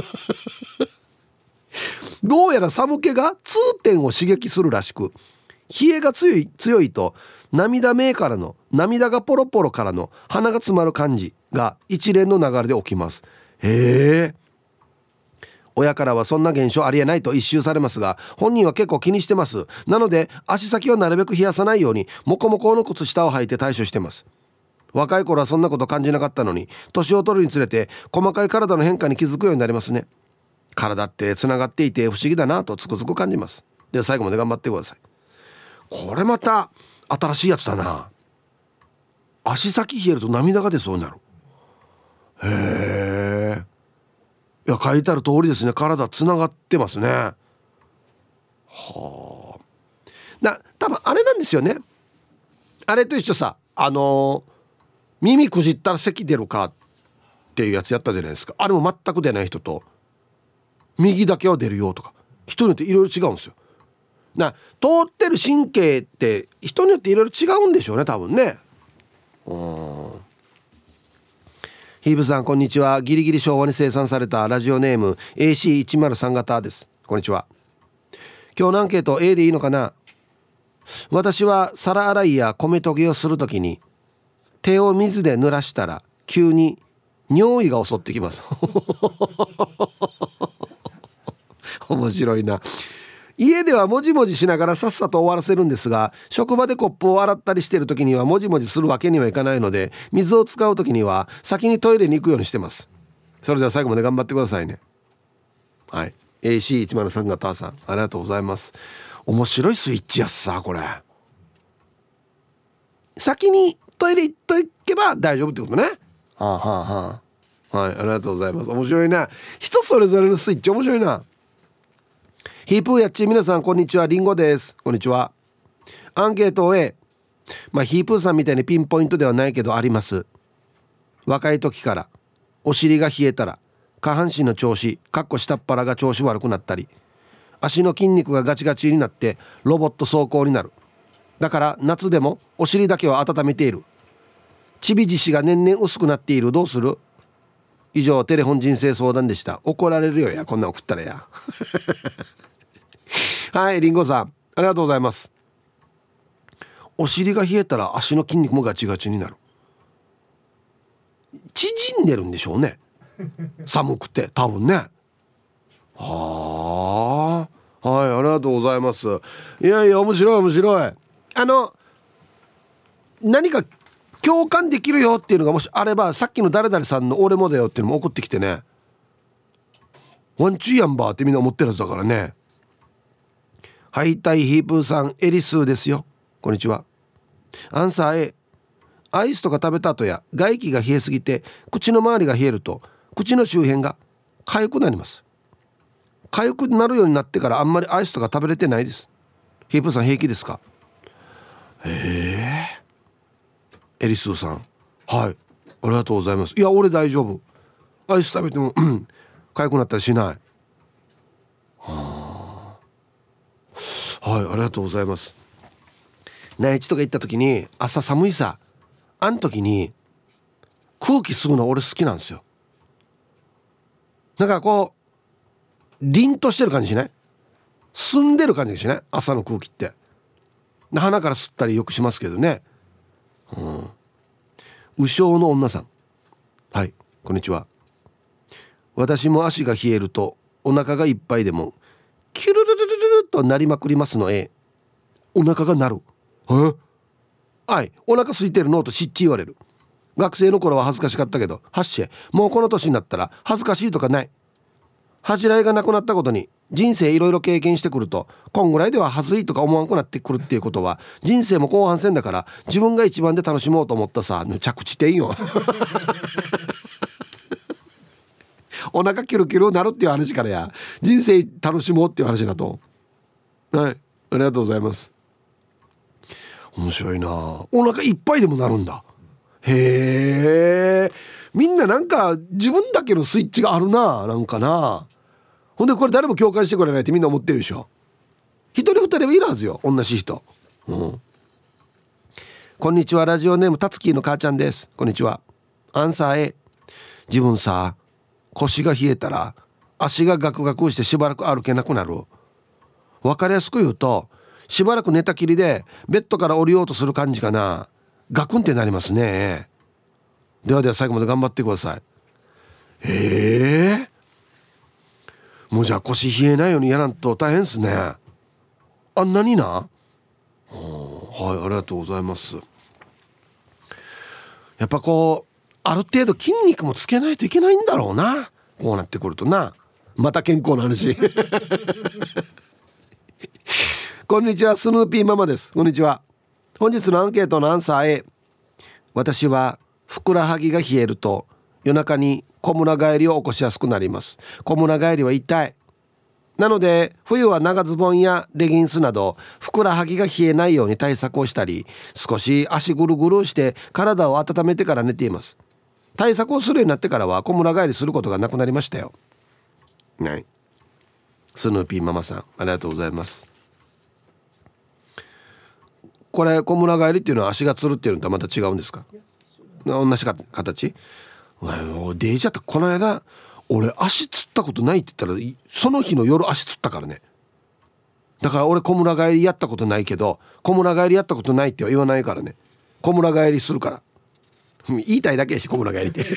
どうやら寒気が痛点を刺激するらしく、冷えが強い強いと涙目からの涙がポロポロからの鼻が詰まる感じが一連の流れで起きます。へえ。親からはそんな現象ありえないと一蹴されますが、本人は結構気にしてます。なので足先をなるべく冷やさないようにモコモコの靴下を履いて対処してます。若い頃はそんなこと感じなかったのに、年を取るにつれて細かい体の変化に気づくようになりますね。体ってつながっていて不思議だなとつくづく感じます。で最後まで頑張ってください。これまた新しいやつだな。足先冷えると涙が出そうになる。へえ。いや書いてある通りですね。体つながってますね。はあ。な多分あれなんですよね。あれと一緒さ、あのー、耳くじったら咳出るかっていうやつやったじゃないですか。あれも全く出ない人と右だけは出るよとか、人によっていろいろ違うんですよ。な通ってる神経って人によっていろいろ違うんでしょうね多分ね。うん。ヒーブさんこんにちは。ギリギリ昭和に生産されたラジオネーム エーシーひゃく型です。こんにちは。今日のアンケート A でいいのかな。私は皿洗いや米研ぎをするときに手を水で濡らしたら急に尿意が襲ってきます面白いな。家ではもじもじしながらさっさと終わらせるんですが、職場でコップを洗ったりしている時にはもじもじするわけにはいかないので、水を使う時には先にトイレに行くようにしてます。それでは最後まで頑張ってくださいね。はい、 エーシーひゃくさん 型さんありがとうございます。面白いスイッチやっさ。これ先にトイレ行っとけば大丈夫ってことね。はあはあはあ。はい、ありがとうございます。面白いな。人それぞれのスイッチ面白いな。ヒープーやっち皆さんこんにちは。リンゴです。こんにちは。アンケート A。 まあヒープーさんみたいにピンポイントではないけどあります。若い時からお尻が冷えたら下半身の調子かっこ下っ腹が調子悪くなったり、足の筋肉がガチガチになってロボット走行になる。だから夏でもお尻だけは温めている。チビジシが年々薄くなっている。どうする。以上テレフォン人生相談でした。怒られるよやこんなん送ったらやはい、リンゴさんありがとうございます。お尻が冷えたら足の筋肉もガチガチになる。縮んでるんでしょうね寒くて多分ね。はあ、はい、ありがとうございます。いやいや面白い面白い。あの何か共感できるよっていうのがもしあれば、さっきの誰々さんの俺もだよっていうのも送ってきてね。ワンチューやんばーってみんな思ってるやつだからね。 ハイタイヒープーさん、エリスーですよ。こんにちは。アンサー A、 アイスとか食べた後や外気が冷えすぎて口の周りが冷えると口の周辺が痒くなります。痒くなるようになってからあんまりアイスとか食べれてないです。ヒープーさん平気ですか？えー、エリスーさん、はい、ありがとうございます。いや俺大丈夫、アイス食べても痒くなったりしない。はあ、はい、ありがとうございます。内地とか行った時に朝寒いさ、あん時に空気吸うの俺好きなんですよ。なんかこう凛としてる感じしない？澄んでる感じがしない？朝の空気って鼻から吸ったりよくしますけどね。うん。右将の女さん、はい、こんにちは。私も足が冷えるとお腹がいっぱいでもキュルルルルルルとなりまくりますの。えお腹が鳴る。えはい、お腹空いてるのとしっち言われる。学生の頃は恥ずかしかったけど、はっしーもうこの年になったら恥ずかしいとかない。恥じらいがなくなったことに人生いろいろ経験してくると、こんぐらいでは恥ずいとか思わんくなってくるっていうことは人生も後半戦だから自分が一番で楽しもうと思ったさ、着地点よお腹キュルキュルなるっていう話からや人生楽しもうっていう話だと。はい、ありがとうございます。面白いな。お腹いっぱいでもなるんだ。へえ、みんななんか自分だけのスイッチがあるな、なんかな。ほんでこれ誰も共感してくれないってみんな思ってるでしょ。一人二人はいるはずよ、同じ人。うん。こんにちは、ラジオネームたつきの母ちゃんです。こんにちは。アンサー A、 自分さ腰が冷えたら足がガクガクしてしばらく歩けなくなる。わかりやすく言うとしばらく寝たきりでベッドから降りようとする感じかな。ガクンってなりますね。ではでは最後まで頑張ってください。えー、もうじゃあ腰冷えないようにやらんと大変ですね。あんなにな。はい、ありがとうございます。やっぱこうある程度筋肉もつけないといけないんだろうな、こうなってくるとな。また健康の話こんにちは、スヌーピーママです。こんにちは。本日のアンケートのアンサー A、 私はふくらはぎが冷えると夜中に小村帰りを起こしやすくなります。小村帰りは痛い。なので冬は長ズボンやレギンスなどふくらはぎが冷えないように対策をしたり、少し足ぐるぐるして体を温めてから寝ています。対策をするようになってからは小村帰りすることがなくなりましたよ。はい、スヌーピーママさん、ありがとうございます。これ小村帰りっていうのは足がつるっていうのとはまた違うんですか？同じか形？デイジャーってこの間俺足つったことないって言ったらその日の夜足つったからね。だから俺小村帰りやったことないけど小村帰りやったことないっては言わないからね。小村帰りするから言いたいだけやし小村帰りって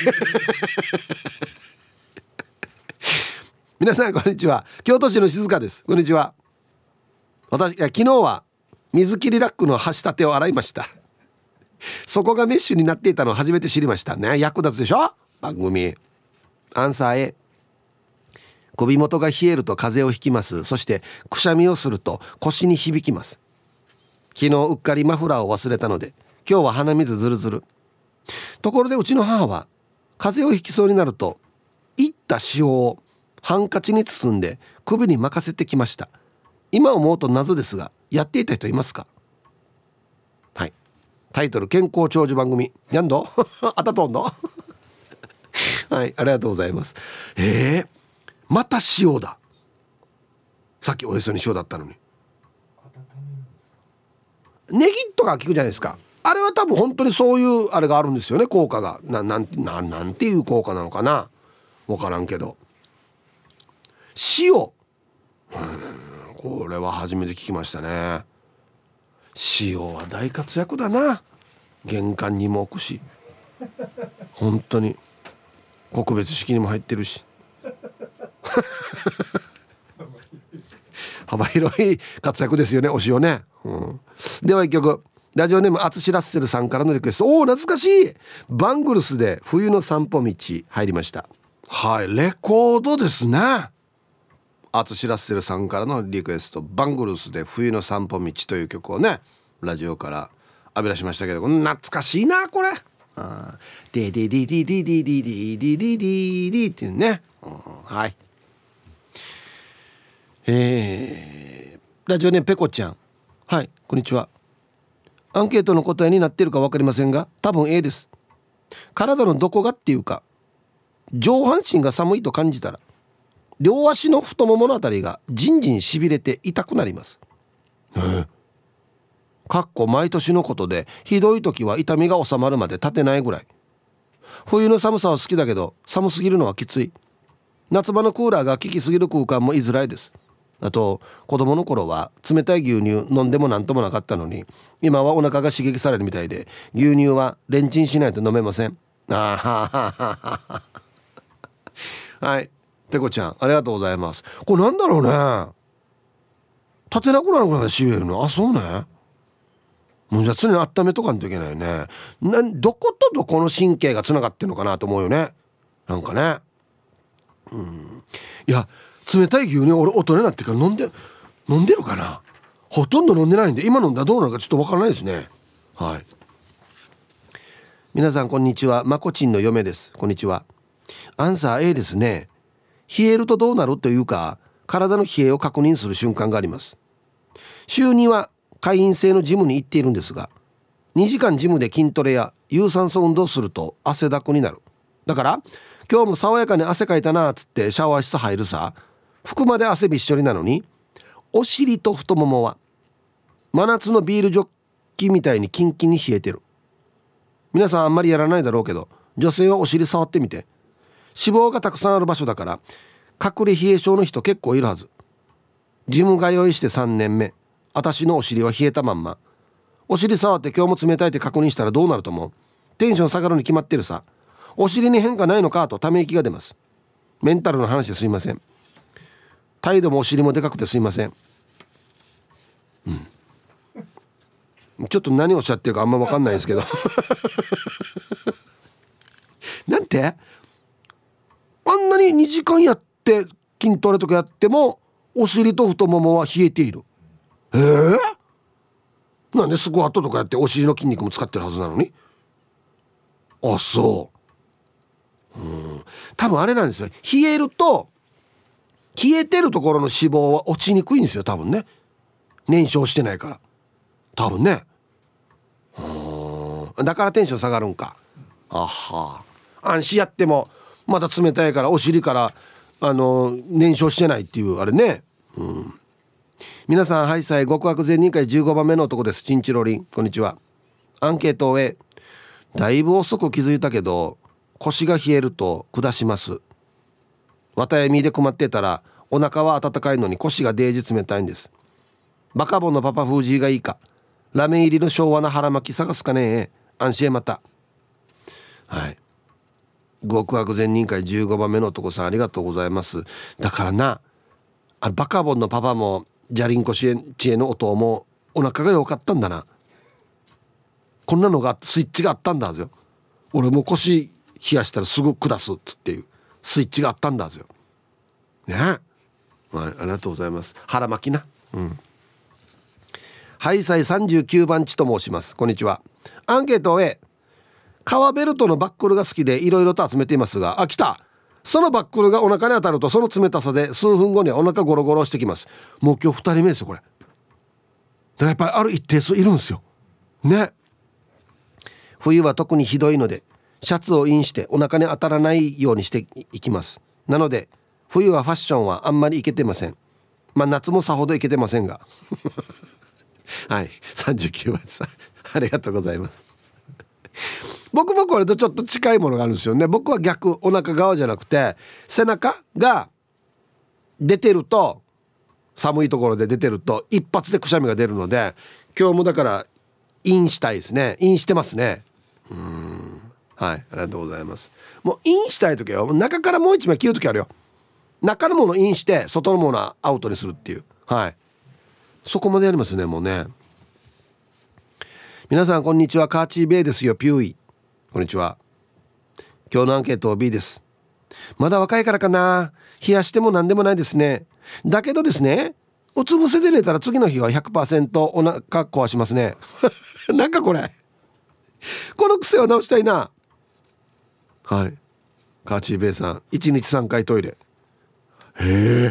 皆さんこんにちは、京都市の静香です。こんにちは。私いや昨日は水切りラックの端立てを洗いました。そこがメッシュになっていたのを初めて知りましたね。役立つでしょ番組。アンサー A、 首元が冷えると風邪をひきます。そしてくしゃみをすると腰に響きます。昨日うっかりマフラーを忘れたので今日は鼻水ずるずる。ところでうちの母は風邪をひきそうになるといった塩をハンカチに包んで首に巻かせてきました。今思うと謎ですがやっていた人いますか？はい、タイトル健康長寿番組やんどあたとんのはい、ありがとうございます。えー、また塩だ。さっきおへそに塩だったのにネギとか効くじゃないですか。あれは多分本当にそういうあれがあるんですよね、効果が。な、なん、な、なんていう効果なのかな、分からんけど。塩、うん、これは初めて聞きましたね。塩は大活躍だな。玄関にも置くし本当に告別式にも入ってるし幅広い活躍ですよね、お塩ね、うん、では一曲、ラジオネームあつしラッセルさんからのリクエスト。おー懐かしい。バングルスで冬の散歩道入りました。はい、レコードですね。 アーツシラッセルさんからのリクエスト、バングルスで冬の散歩道という曲をねラジオから浴び出しましたけど、懐かしいなこれ。あデデデデデデデデデデデデデっていうね、うん、はい。えー、ラジオネームペコちゃん、はい、こんにちは。アンケートの答えになっているか分かりませんが多分 A です。体のどこがっていうか、上半身が寒いと感じたら両足の太もものあたりがじんじんしびれて痛くなります。えーかっこ毎年のことで、ひどい時は痛みが収まるまで立てないぐらい。冬の寒さは好きだけど寒すぎるのはきつい。夏場のクーラーが効きすぎる空間も居づらいです。あと子供の頃は冷たい牛乳飲んでもなんともなかったのに、今はお腹が刺激されるみたいで牛乳はレンチンしないと飲めません。あはははははい、ペコちゃんありがとうございます。これなんだろうね、立てなくなるぐらいしびれるの。あ、そうね。もうじゃあ常に温めとかんといけないよね。などことどこの神経がつながってるのかなと思うよね、なんかね。うん、いや冷たい牛乳俺大人になってから飲んで飲んでるかな。ほとんど飲んでないんで今飲んだらどうなるかちょっとわからないですね。はい。皆さんこんにちは、まこちんの嫁です。こんにちは。アンサー A ですね。冷えるとどうなるというか、体の冷えを確認する瞬間があります。週には会員制のジムに行っているんですが、にじかんジムで筋トレや有酸素運動すると汗だくになる。だから今日も爽やかに汗かいたなっつってシャワー室入るさ。服まで汗びっしょりなのにお尻と太ももは真夏のビールジョッキみたいにキンキンに冷えてる。皆さんあんまりやらないだろうけど、女性はお尻触ってみて。脂肪がたくさんある場所だから隠れ冷え性の人結構いるはず。ジム通いしてさんねんめ、私のお尻は冷えたまんま。お尻触って今日も冷たいって確認したらどうなると思う？テンション下がるに決まってるさ。お尻に変化ないのかとため息が出ます。メンタルの話ですいません。態度もお尻もでかくてすいません。うん、ちょっと何をおっしゃってるかあんま分かんないですけどなんてあんなににじかんやって筋トレとかやってもお尻と太ももは冷えている。えー、なんでスクワットとかやってお尻の筋肉も使ってるはずなのに。あ、そう。うん、多分あれなんですよ。冷えると冷えてるところの脂肪は落ちにくいんですよ多分ね。燃焼してないから多分ね。うん、だからテンション下がるんか。あは安心やってもまだ冷たいからお尻からあの燃焼してないっていうあれね。うん、皆さんハイサイ極悪善人会じゅうごばんめの男です。チンチロリンこんにちは。アンケートを A、 だいぶ遅く気づいたけど腰が冷えると下します。綿やみで困ってたらお腹は温かいのに腰がデージ冷たいんです。バカボンのパパフージーがいいか、ラメ入りの昭和の腹巻き探すかね。安心へまた。はい、極悪善人会じゅうごばんめの男さんありがとうございます。だからなあ、バカボンのパパもジャリンコ知恵の音もお腹が良かったんだな。こんなのがスイッチがあったんだぞ。俺も腰冷やしたらすぐ下すっつっていうスイッチがあったんだぞね。はい、ありがとうございます。腹巻きな。うん。ハイサイさんじゅうきゅうばん地と申します。こんにちは。アンケート A、 革ベルトのバックルが好きでいろいろと集めていますが、あ、来た。そのバックルがお腹に当たるとその冷たさで数分後にはお腹ゴロゴロしてきます。もう今日ふたりめですよこれ。だからやっぱりある一定数いるんですよね。冬は特にひどいのでシャツをインしてお腹に当たらないようにしていきます。なので冬はファッションはあんまりいけてません。まあ夏もさほどいけてませんがはいさんじゅうきゅうばんさんありがとうございます。僕もこれとちょっと近いものがあるんですよね。僕は逆、お腹側じゃなくて背中が出てると、寒いところで出てると一発でくしゃみが出るので、今日もだからインしたいですね。インしてますね。うーん、はい、ありがとうございます。もうインしたい時は中からもう一枚切る時あるよ。中のものインして外のものはアウトにするっていう、はい、そこまでやりますね。もうね。皆さんこんにちは、カーチーベイですよ。ピューイこんにちは。今日のアンケート B です。まだ若いからかな、冷やしても何でもないですね。 だけどですね、うつ伏せで寝たら次の日は ひゃくパーセント お腹壊しますねなんかこれこの癖を直したいな。はい、カーチーベイさん、いちにちさんかいトイレ。へえ、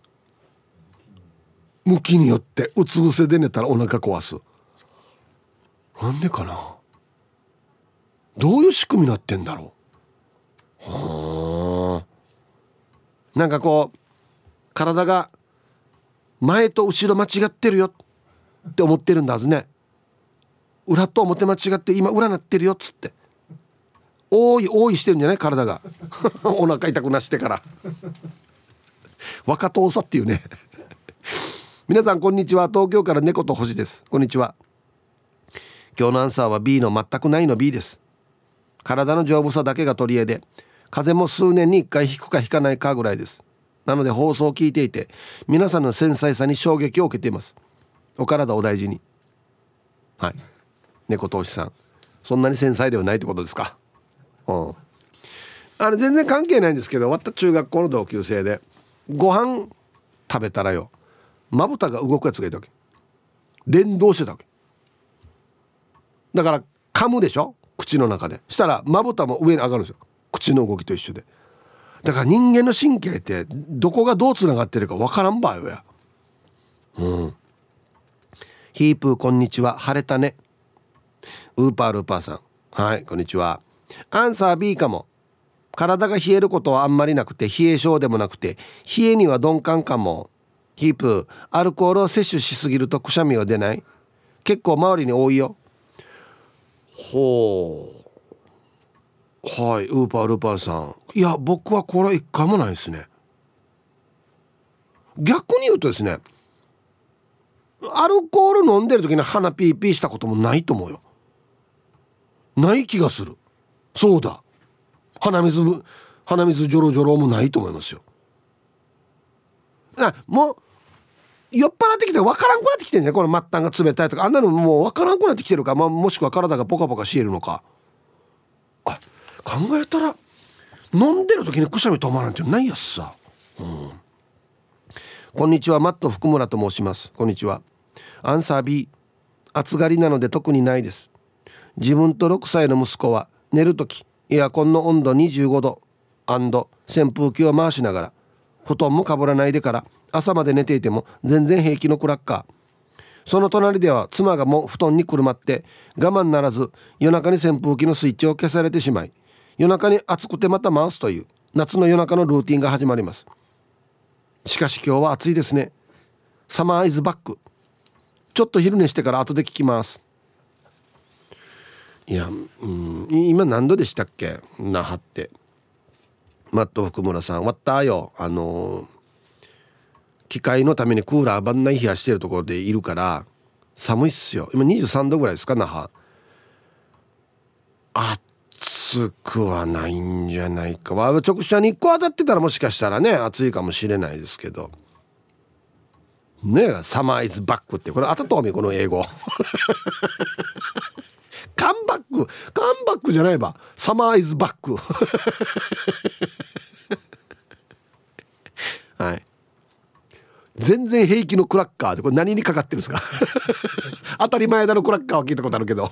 向きによってうつ伏せで寝たらお腹壊す。なんでかな、どういう仕組みになってんだろう。はあ、なんかこう体が前と後ろ間違ってるよって思ってるんだはずね。裏と表間違って今裏なってるよっつって多い多いしてるんじゃない、体がお腹痛くなしてから若党さっていうね皆さんこんにちは、東京から猫と星です。こんにちは。今日のアンサーは B の全くないの B です。体の丈夫さだけが取り柄で、風邪も数年にいっかい引くか引かないかぐらいです。なので放送を聞いていて皆さんの繊細さに衝撃を受けています。お体お大事に。はい、猫投資さん、そんなに繊細ではないってことですか。うん、あの全然関係ないんですけど、終わった中学校の同級生でご飯食べたらよ、まぶたが動くやつがいたわけ。連動してたわけだから、噛むでしょ口の中で、したらまぶたも上に上がるんですよ、口の動きと一緒で。だから人間の神経ってどこがどうつながってるかわからんばよや。うん。ヒープーこんにちは、晴れたね。ウーパールーパーさん、はいこんにちは。アンサー B かも。体が冷えることはあんまりなくて、冷え性でもなくて冷えには鈍感かも。ヒープー、アルコールを摂取しすぎるとくしゃみは出ない？結構周りに多いよ。ほう、はい、ウーパールーパーさん、いや僕はこれ一回もないですね。逆に言うとですね、アルコール飲んでる時に鼻ピーピーしたこともないと思うよ。ない気がする。そうだ、鼻水鼻水ジョロジョロもないと思いますよ。あ、もう酔っ払ってきて分からんくなってきてるね、この末端が冷たいとか、あんなのもう分からんくなってきてるか、まあ、もしくは体がポカポカしているのか。あ、考えたら飲んでる時にくしゃみ止まらんってないやつさ、うん、こんにちは、マット福村と申します。こんにちは。アンサー B、 暑がりなので特にないです。自分とろくさいの息子は寝るときエアコンの温度にじゅうごど&扇風機を回しながら布団もかぶらないでから朝まで寝ていても全然平気のクラッカー。その隣では妻がもう布団にくるまって我慢ならず夜中に扇風機のスイッチを消されてしまい、夜中に暑くてまた回すという夏の夜中のルーティンが始まります。しかし今日は暑いですね。サマーイズバック。ちょっと昼寝してから後で聞きます。いや、うん、今何度でしたっけ、那覇って。マット福村さん、終わったよ。あのー、機械のためにクーラーばんない冷やしてるところでいるから寒いっすよ。今にじゅうさんどぐらいですか、那覇。暑くはないんじゃないか。直射日光当たってたらもしかしたらね暑いかもしれないですけどね。サマーイズバックってこれ当たったおみこの英語カンバックカンバックじゃないば、サマーイズバックはい、全然平気のクラッカーでこれ何にかかってるんですか当たり前だろクラッカーは聞いたことあるけど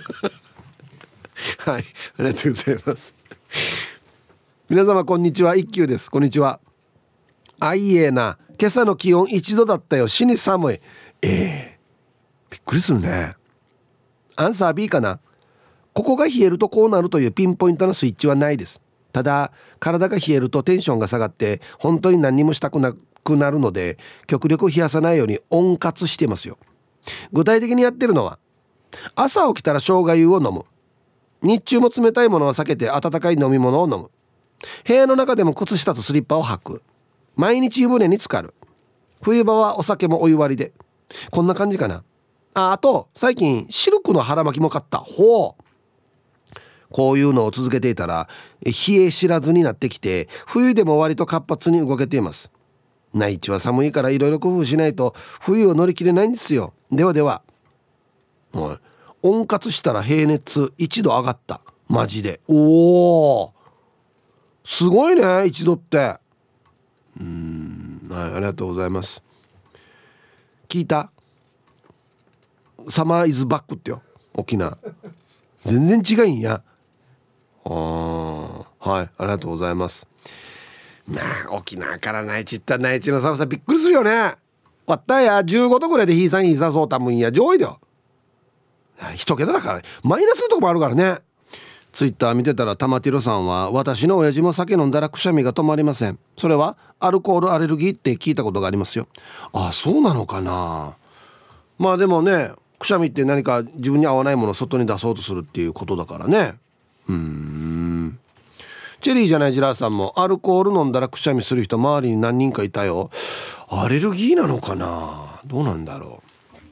はい、ありがとうございます。皆様こんにちは、一休です。こんにちは。あいえな、今朝の気温いちどだったよ。死に寒い。えー、びっくりするね。アンサー B かな。ここが冷えるとこうなるというピンポイントのスイッチはないです。ただ体が冷えるとテンションが下がって本当に何にもしたくなくなるので極力冷やさないように温活してますよ。具体的にやってるのは、朝起きたら生姜湯を飲む。日中も冷たいものは避けて温かい飲み物を飲む。部屋の中でも靴下とスリッパを履く。毎日湯船に浸かる。冬場はお酒もお湯割りで。こんな感じかな。あ、あと最近シルクの腹巻きも買った。ほう。こういうのを続けていたら冷え知らずになってきて冬でも割と活発に動けています。内地は寒いからいろいろ工夫しないと冬を乗り切れないんですよ。ではでは。はい、温活したら平熱いちど上がった。マジで。おーすごいね、いちどって。うーん、 はい、ありがとうございます。聞いた？サマーイズバックってよ、沖縄。全然違いんや。あ、はい、ありがとうございます。まあ沖縄から内地行ったら内地の寒さびっくりするよね。わったやじゅうごどぐらいでひいさんひいさそうたむんや上位だよ。一桁だから、ね、マイナスのとこもあるからね。ツイッター見てたら玉ティロさんは、私の親父も酒飲んだらくしゃみが止まりません。それはアルコールアレルギーって聞いたことがありますよ。ああ、そうなのかな。まあでもね、くしゃみって何か自分に合わないものを外に出そうとするっていうことだからね。うーん。チェリーじゃないジラーさんも、アルコール飲んだらくしゃみする人周りに何人かいたよ。アレルギーなのかな、どうなんだろう。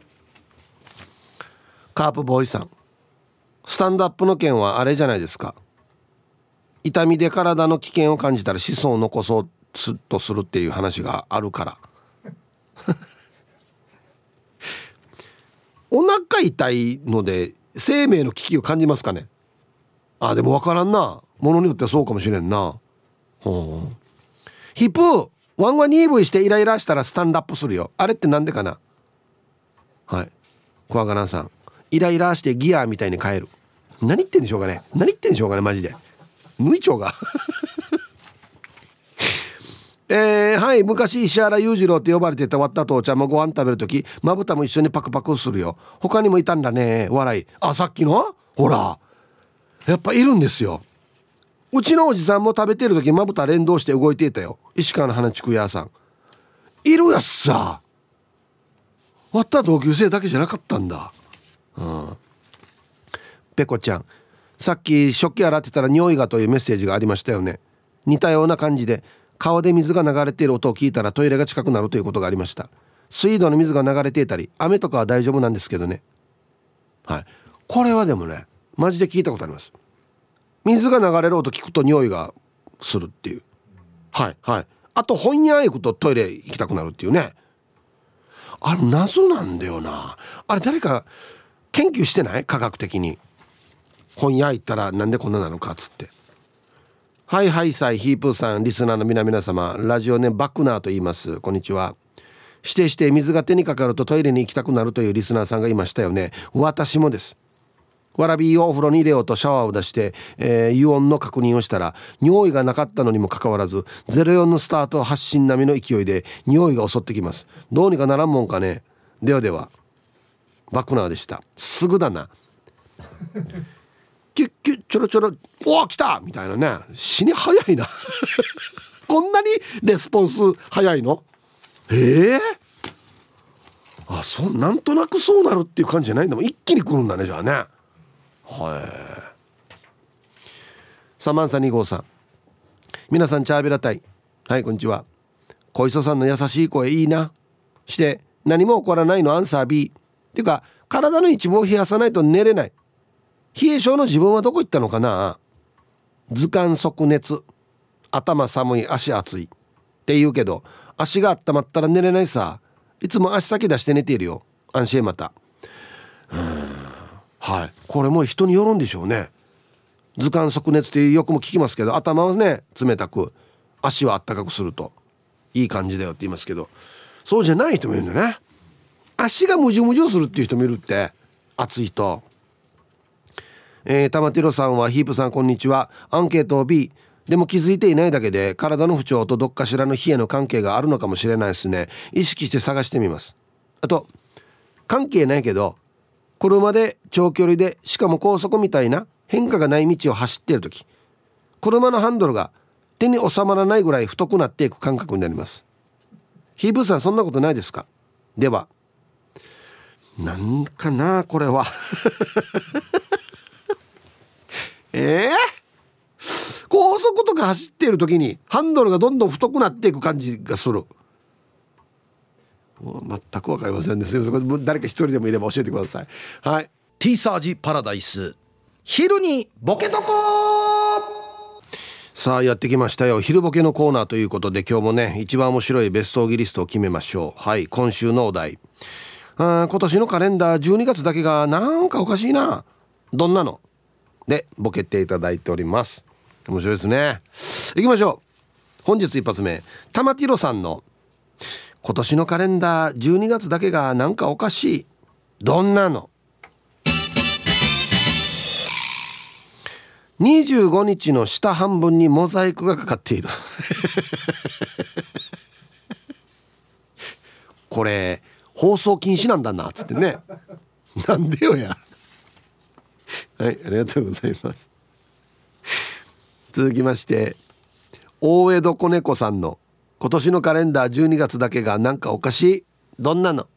カープボーイさん、スタンドアップの件はあれじゃないですか。痛みで体の危険を感じたら子孫を残そうとするっていう話があるからお腹痛いので生命の危機を感じますかね。あ、でも分からんな、ものによってはそうかもしれんな。ほう。ヒップワンワンにーブイしてイライラしたらスタンドアップするよ。あれってなんでかな。はい、小若菜さん、イライラしてギアみたいに変える。何言ってんでしょうかね、何言ってんでしょうかね、マジで無意調がえー、はい、昔石原裕次郎って呼ばれてたわった父ちゃんもご飯食べるときまぶたも一緒にパクパクするよ。他にもいたんだね、笑い。あ、さっきのほらやっぱいるんですよ。うちのおじさんも食べてるときまぶた連動して動いていたよ。石川の花竹屋さんいるやっさ。わった同級生だけじゃなかったんだ。うん、ペコちゃん、さっき食器洗ってたら匂いがというメッセージがありましたよね。似たような感じで川で水が流れている音を聞いたらトイレが近くなるということがありました。水道の水が流れていたり雨とかは大丈夫なんですけどね。はい、これはでもねマジで聞いたことあります。水が流れる音聞くと匂いがするっていう。はいはい。あと本屋行くとトイレ行きたくなるっていうね。あれ謎なんだよな。あれ誰か研究してない？科学的に。本屋行ったらなんでこんななのかっつって。はいはいさいヒープーさん、リスナーの皆々様、ラジオネームバックナーと言います。こんにちは。指定して水が手にかかるとトイレに行きたくなるというリスナーさんがいましたよね。私もです。わらびをお風呂に入れようとシャワーを出して、えー、油温の確認をしたら匂いがなかったのにもかかわらずゼロよんのスタート発進並みの勢いで匂いが襲ってきます。どうにかならんもんかね。ではでは。バックナーでした。すぐだなキュッキュッちょろちょろ、おー来たみたいなね。死に早いなこんなにレスポンス早いの。えー、あ、そう、なんとなくそうなるっていう感じじゃないんだもん。一気に来るんだね、じゃあね。はい。サマンサに号さん、皆さんチャーベラタイ、はい、こんにちは。小磯さんの優しい声いいな。して何も起こらないのアンサー B っていうか、体の一部を冷やさないと寝れない。冷え性の自分はどこ行ったのかな。図鑑即熱、頭寒い、足熱いって言うけど、足が温まったら寝れないさ。いつも足先出して寝ているよ。安心また。うーん、はい、これも人によるんでしょうね。図鑑即熱ってよくも聞きますけど、頭はね冷たく足はあったかくするといい感じだよって言いますけど、そうじゃない人もいるんだね。足がムジュムジュするっていう人もいるって、暑いと。えー、玉ティロさんはヒープさんこんにちは。アンケートを B でも気づいていないだけで体の不調とどっかしらの冷えの関係があるのかもしれないですね。意識して探してみます。あと関係ないけど車で長距離でしかも高速みたいな変化がない道を走っているとき、車のハンドルが手に収まらないぐらい太くなっていく感覚になります。ヒープさんそんなことないですか。ではなんかなこれはえー、高速とか走っている時にハンドルがどんどん太くなっていく感じがする。全く分かりませんね。すいません、誰か一人でもいれば教えてください。はい、 T サージパラダイス、昼にボケとこ。 さあやってきましたよ、昼ボケのコーナーということで、今日もね一番面白いベストオギリストを決めましょう。はい、今週のお題、あ今年のカレンダーじゅうにがつだけがなんかおかしいな、どんなのでボケていただいております。面白いですね。いきましょう。本日一発目、玉ティロさんの今年のカレンダーじゅうにがつだけがなんかおかしい。どんなの？にじゅうごにちの下半分にモザイクがかかっているこれ放送禁止なんだなつってね。なんでよや。はい、ありがとうございます。続きまして大江戸子猫さんの今年のカレンダーじゅうにがつだけがなんかおかしい。どんなの？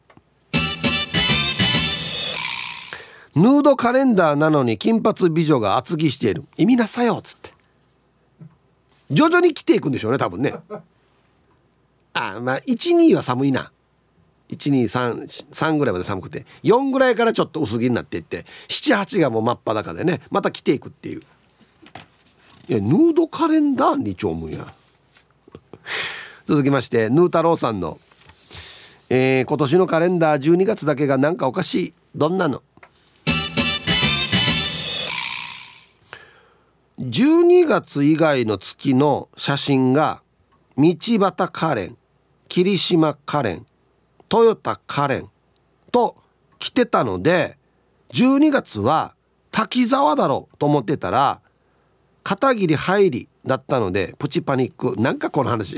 ヌードカレンダーなのに金髪美女が厚着している。意味なさよっつって徐々に着ていくんでしょうね多分ね。あ、まあいち、には寒いな。いち、に、さん、さんぐらいまで寒くてよんぐらいからちょっと薄着になっていってなな、はちがもう真っ裸でねまた着ていくっていう。いやヌードカレンダーにちょうむんや続きましてヌー太郎さんの、えー、今年のカレンダーじゅうにがつだけがなんかおかしい。どんなの？じゅうにがつ以外の月の写真が道端カレン、霧島カレン、トヨタカレンと来てたのでじゅうにがつは滝沢だろうと思ってたら片桐入りだったのでプチパニック。なんかこの話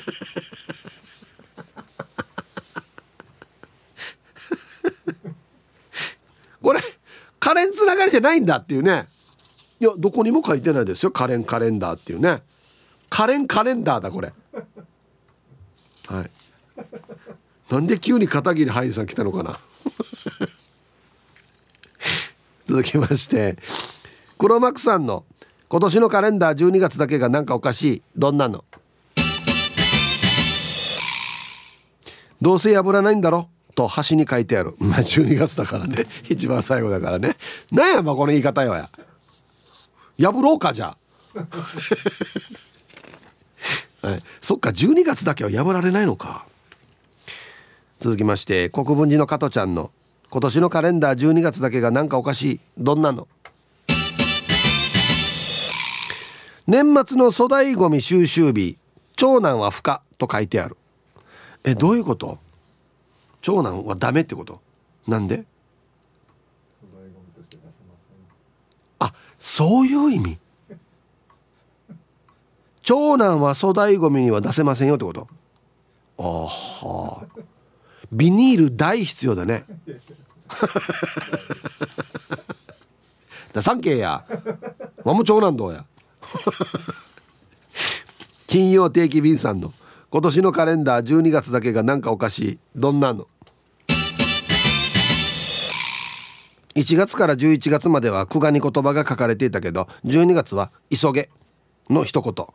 これカレンつながりじゃないんだっていうね。いやどこにも書いてないですよカレンカレンダーっていうね。カレンカレンダーだこれ。はい。なんで急に片桐はいりさん来たのかな続きまして黒幕さんの今年のカレンダーじゅうにがつだけがなんかおかしい。どんなの？どうせ破らないんだろと端に書いてある。まあじゅうにがつだからね一番最後だからね。なんやまこの言い方よや。破ろうかじゃあ、はい、そっかじゅうにがつだけは破られないのか。続きまして国分寺の加トちゃんの今年のカレンダーじゅうにがつだけがなんかおかしい。どんなの？年末の粗大ごみ収集日長男は不可と書いてある。えどういうこと？長男はダメってこと？なんで？あ、そういう意味。長男は粗大ごみには出せませんよってこと？あはあ、ビニール大必要だねだサンケーやマモ長男どうや金曜定期便さんの今年のカレンダーじゅうにがつだけがなんかおかしい。どんなの？いちがつからじゅういちがつまではくがに言葉が書かれていたけどじゅうにがつは急げの一言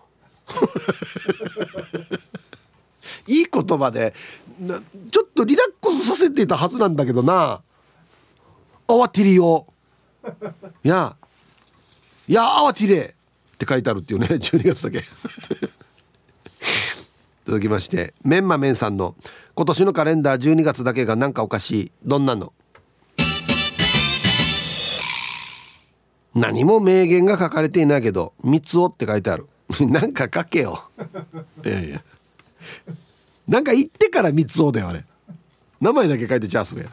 いい言葉でなちょっとリラックスさせていたはずなんだけどな。慌てりよいやいや慌てれって書いてあるっていうねじゅうにがつだけ続きましてメンマメンさんの今年のカレンダーじゅうにがつだけがなんかおかしい。どんなの？何も名言が書かれていないけど三つおって書いてあるなんか書けよいやいやなんか言ってから三つおだよあれ。名前だけ書いてチャースがや、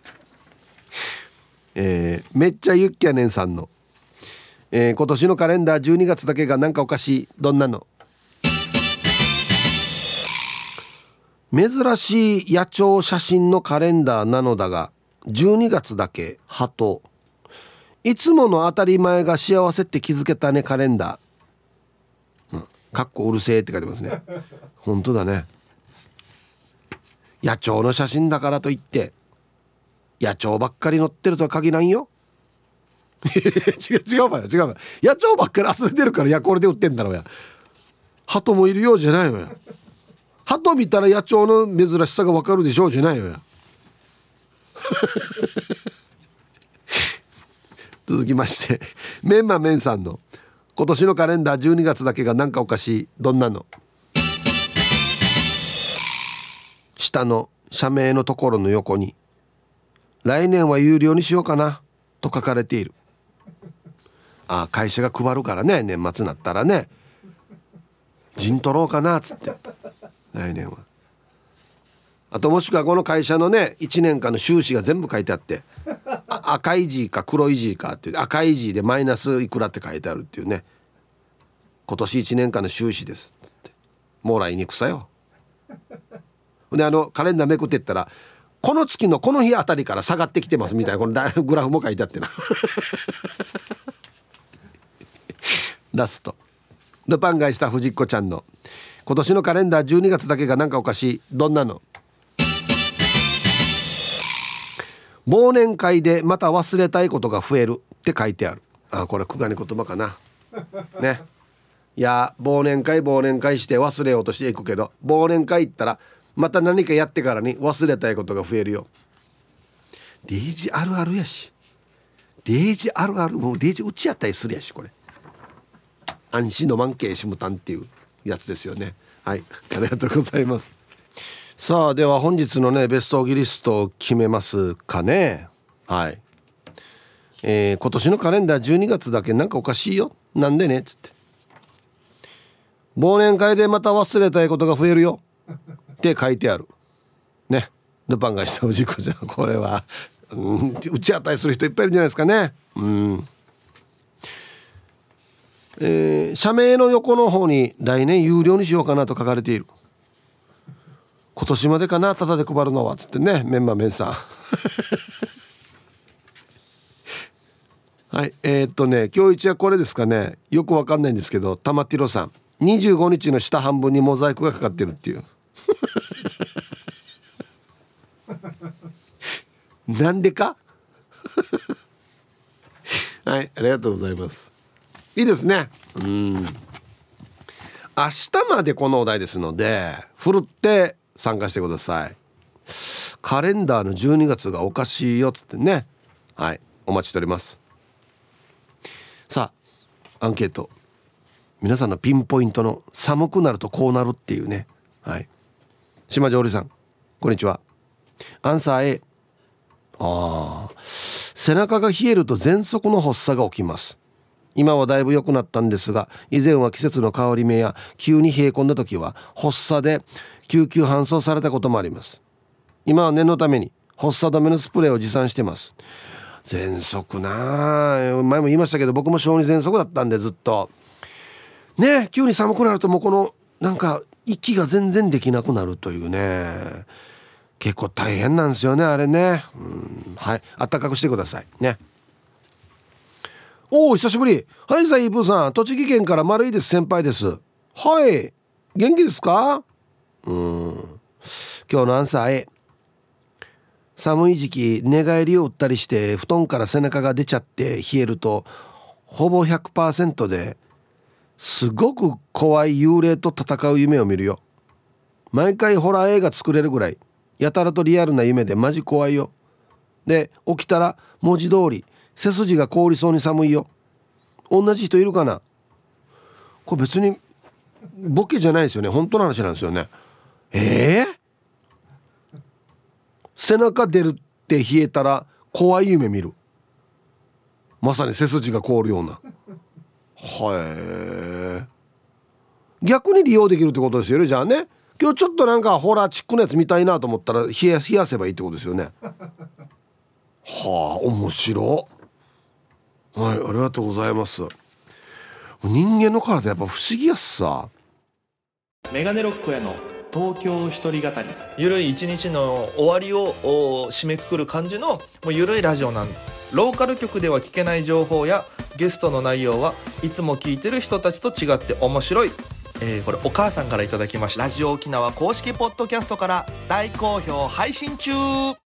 えー、めっちゃゆっきゃねんさんの、えー、今年のカレンダーじゅうにがつだけがなんかおかしい。どんなの？珍しい野鳥写真のカレンダーなのだがじゅうにがつだけ鳩。いつもの当たり前が幸せって気づけたねカレンダー、うん、かっこうるせえって書いてますね本当だね。野鳥の写真だからといって野鳥ばっかり載ってるとは限らんよ違う違うわよ違うわよ。野鳥ばっかり集めてるからいやこれで売ってんだろうや。鳩もいるようじゃないよや。鳩見たら野鳥の珍しさがわかるでしょうじゃないよや続きましてメンマメンさんの今年のカレンダーじゅうにがつだけがなんかおかしい。どんなの？下の社名のところの横に来年は有料にしようかなと書かれている。あ、会社が配るからね年末になったらね陣取ろうかなっつって来年はあともしくはこの会社のねいちねんかんの収支が全部書いてあって赤い字か黒い字かっていう赤い字でマイナスいくらって書いてあるっていうね、今年いちねんかんの収支ですっつってもらいにくさよ。であのカレンダーめくってったらこの月のこの日あたりから下がってきてますみたいなこのグラフも書いてあってなラストルパン買いした藤子ちゃんの今年のカレンダーじゅうにがつだけがなんかおかしい。どんなの？忘年会でまた忘れたいことが増えるって書いてある。あ、これくがに言葉かなね。いや忘年会忘年会して忘れようとしていくけど、忘年会行ったらまた何かやってからに忘れたいことが増えるよ。デイジあるあるやし、デイジあるある、もうデイジ打ちやったりするやし、これ安心の満慶しむたんっていうやつですよね。はい、ありがとうございます。さあでは本日のねベストオギリストを決めますかね。はい、えー、今年のカレンダーじゅうにがつだけなんかおかしいよ、なんでねっつって、忘年会でまた忘れたいことが増えるよって書いてあるね。ルパンがしたおじこじゃん、これは、うん、打ち当たりする人いっぱいいるんじゃないですかね。うん、えー、社名の横の方に来年有料にしようかなと書かれている。今年までかなタダで配るのはつってね、メンマメンさんはい、えー、っとね今日一はこれですかね、よくわかんないんですけど、玉ティロさんにじゅうごにちの下半分にモザイクがかかってるっていうなんでかはい、ありがとうございます。いいですね。うん、明日までこのお題ですのでふるって参加してください。カレンダーのじゅうにがつがおかしいよっつってね。はい、お待ちしております。さあアンケート、皆さんのピンポイントの寒くなるとこうなるっていうね。はい、島上里さんこんにちは。アンサー A。 あー、背中が冷えると喘息の発作が起きます。今はだいぶ良くなったんですが、以前は季節の変わり目や急に冷え込んだ時は発作で救急搬送されたこともあります。今は念のために発作止めのスプレーを持参してます。喘息なあ、前も言いましたけど僕も小児喘息だったんでずっとね、急に寒くなるともうこのなんか息が全然できなくなるというね、結構大変なんですよねあれね。うん、はい、あったかくしてくださいね。おー久しぶり。はいさイープーさん、栃木県から丸いです先輩です。はい、元気ですか？うーん、今日のアンサー A。 寒い時期寝返りを打ったりして布団から背中が出ちゃって冷えるとほぼ ひゃくパーセント ですごく怖い幽霊と戦う夢を見るよ。毎回ホラー映画作れるぐらいやたらとリアルな夢でマジ怖いよ。で起きたら文字通り背筋が凍りそうに寒いよ。同じ人いるかな？これ別にボケじゃないですよね、本当の話なんですよね。えー、背中出るって冷えたら怖い夢見る。まさに背筋が凍るような。はい、逆に利用できるってことですよね。じゃあね、今日ちょっとなんかホラーチックなやつ見たいなと思ったら冷や、冷やせばいいってことですよね。はあ、面白い。はい、ありがとうございます。人間の体やっぱ不思議やっさ。 メガネロックへの東京一人語り、 ゆるい一日の終わりを締めくくる感じのもうゆるいラジオなんで、ローカル局では聞けない情報やゲストの内容はいつも聞いてる人たちと違って面白い、えー、これお母さんからいただきました。ラジオ沖縄公式ポッドキャストから大好評配信中。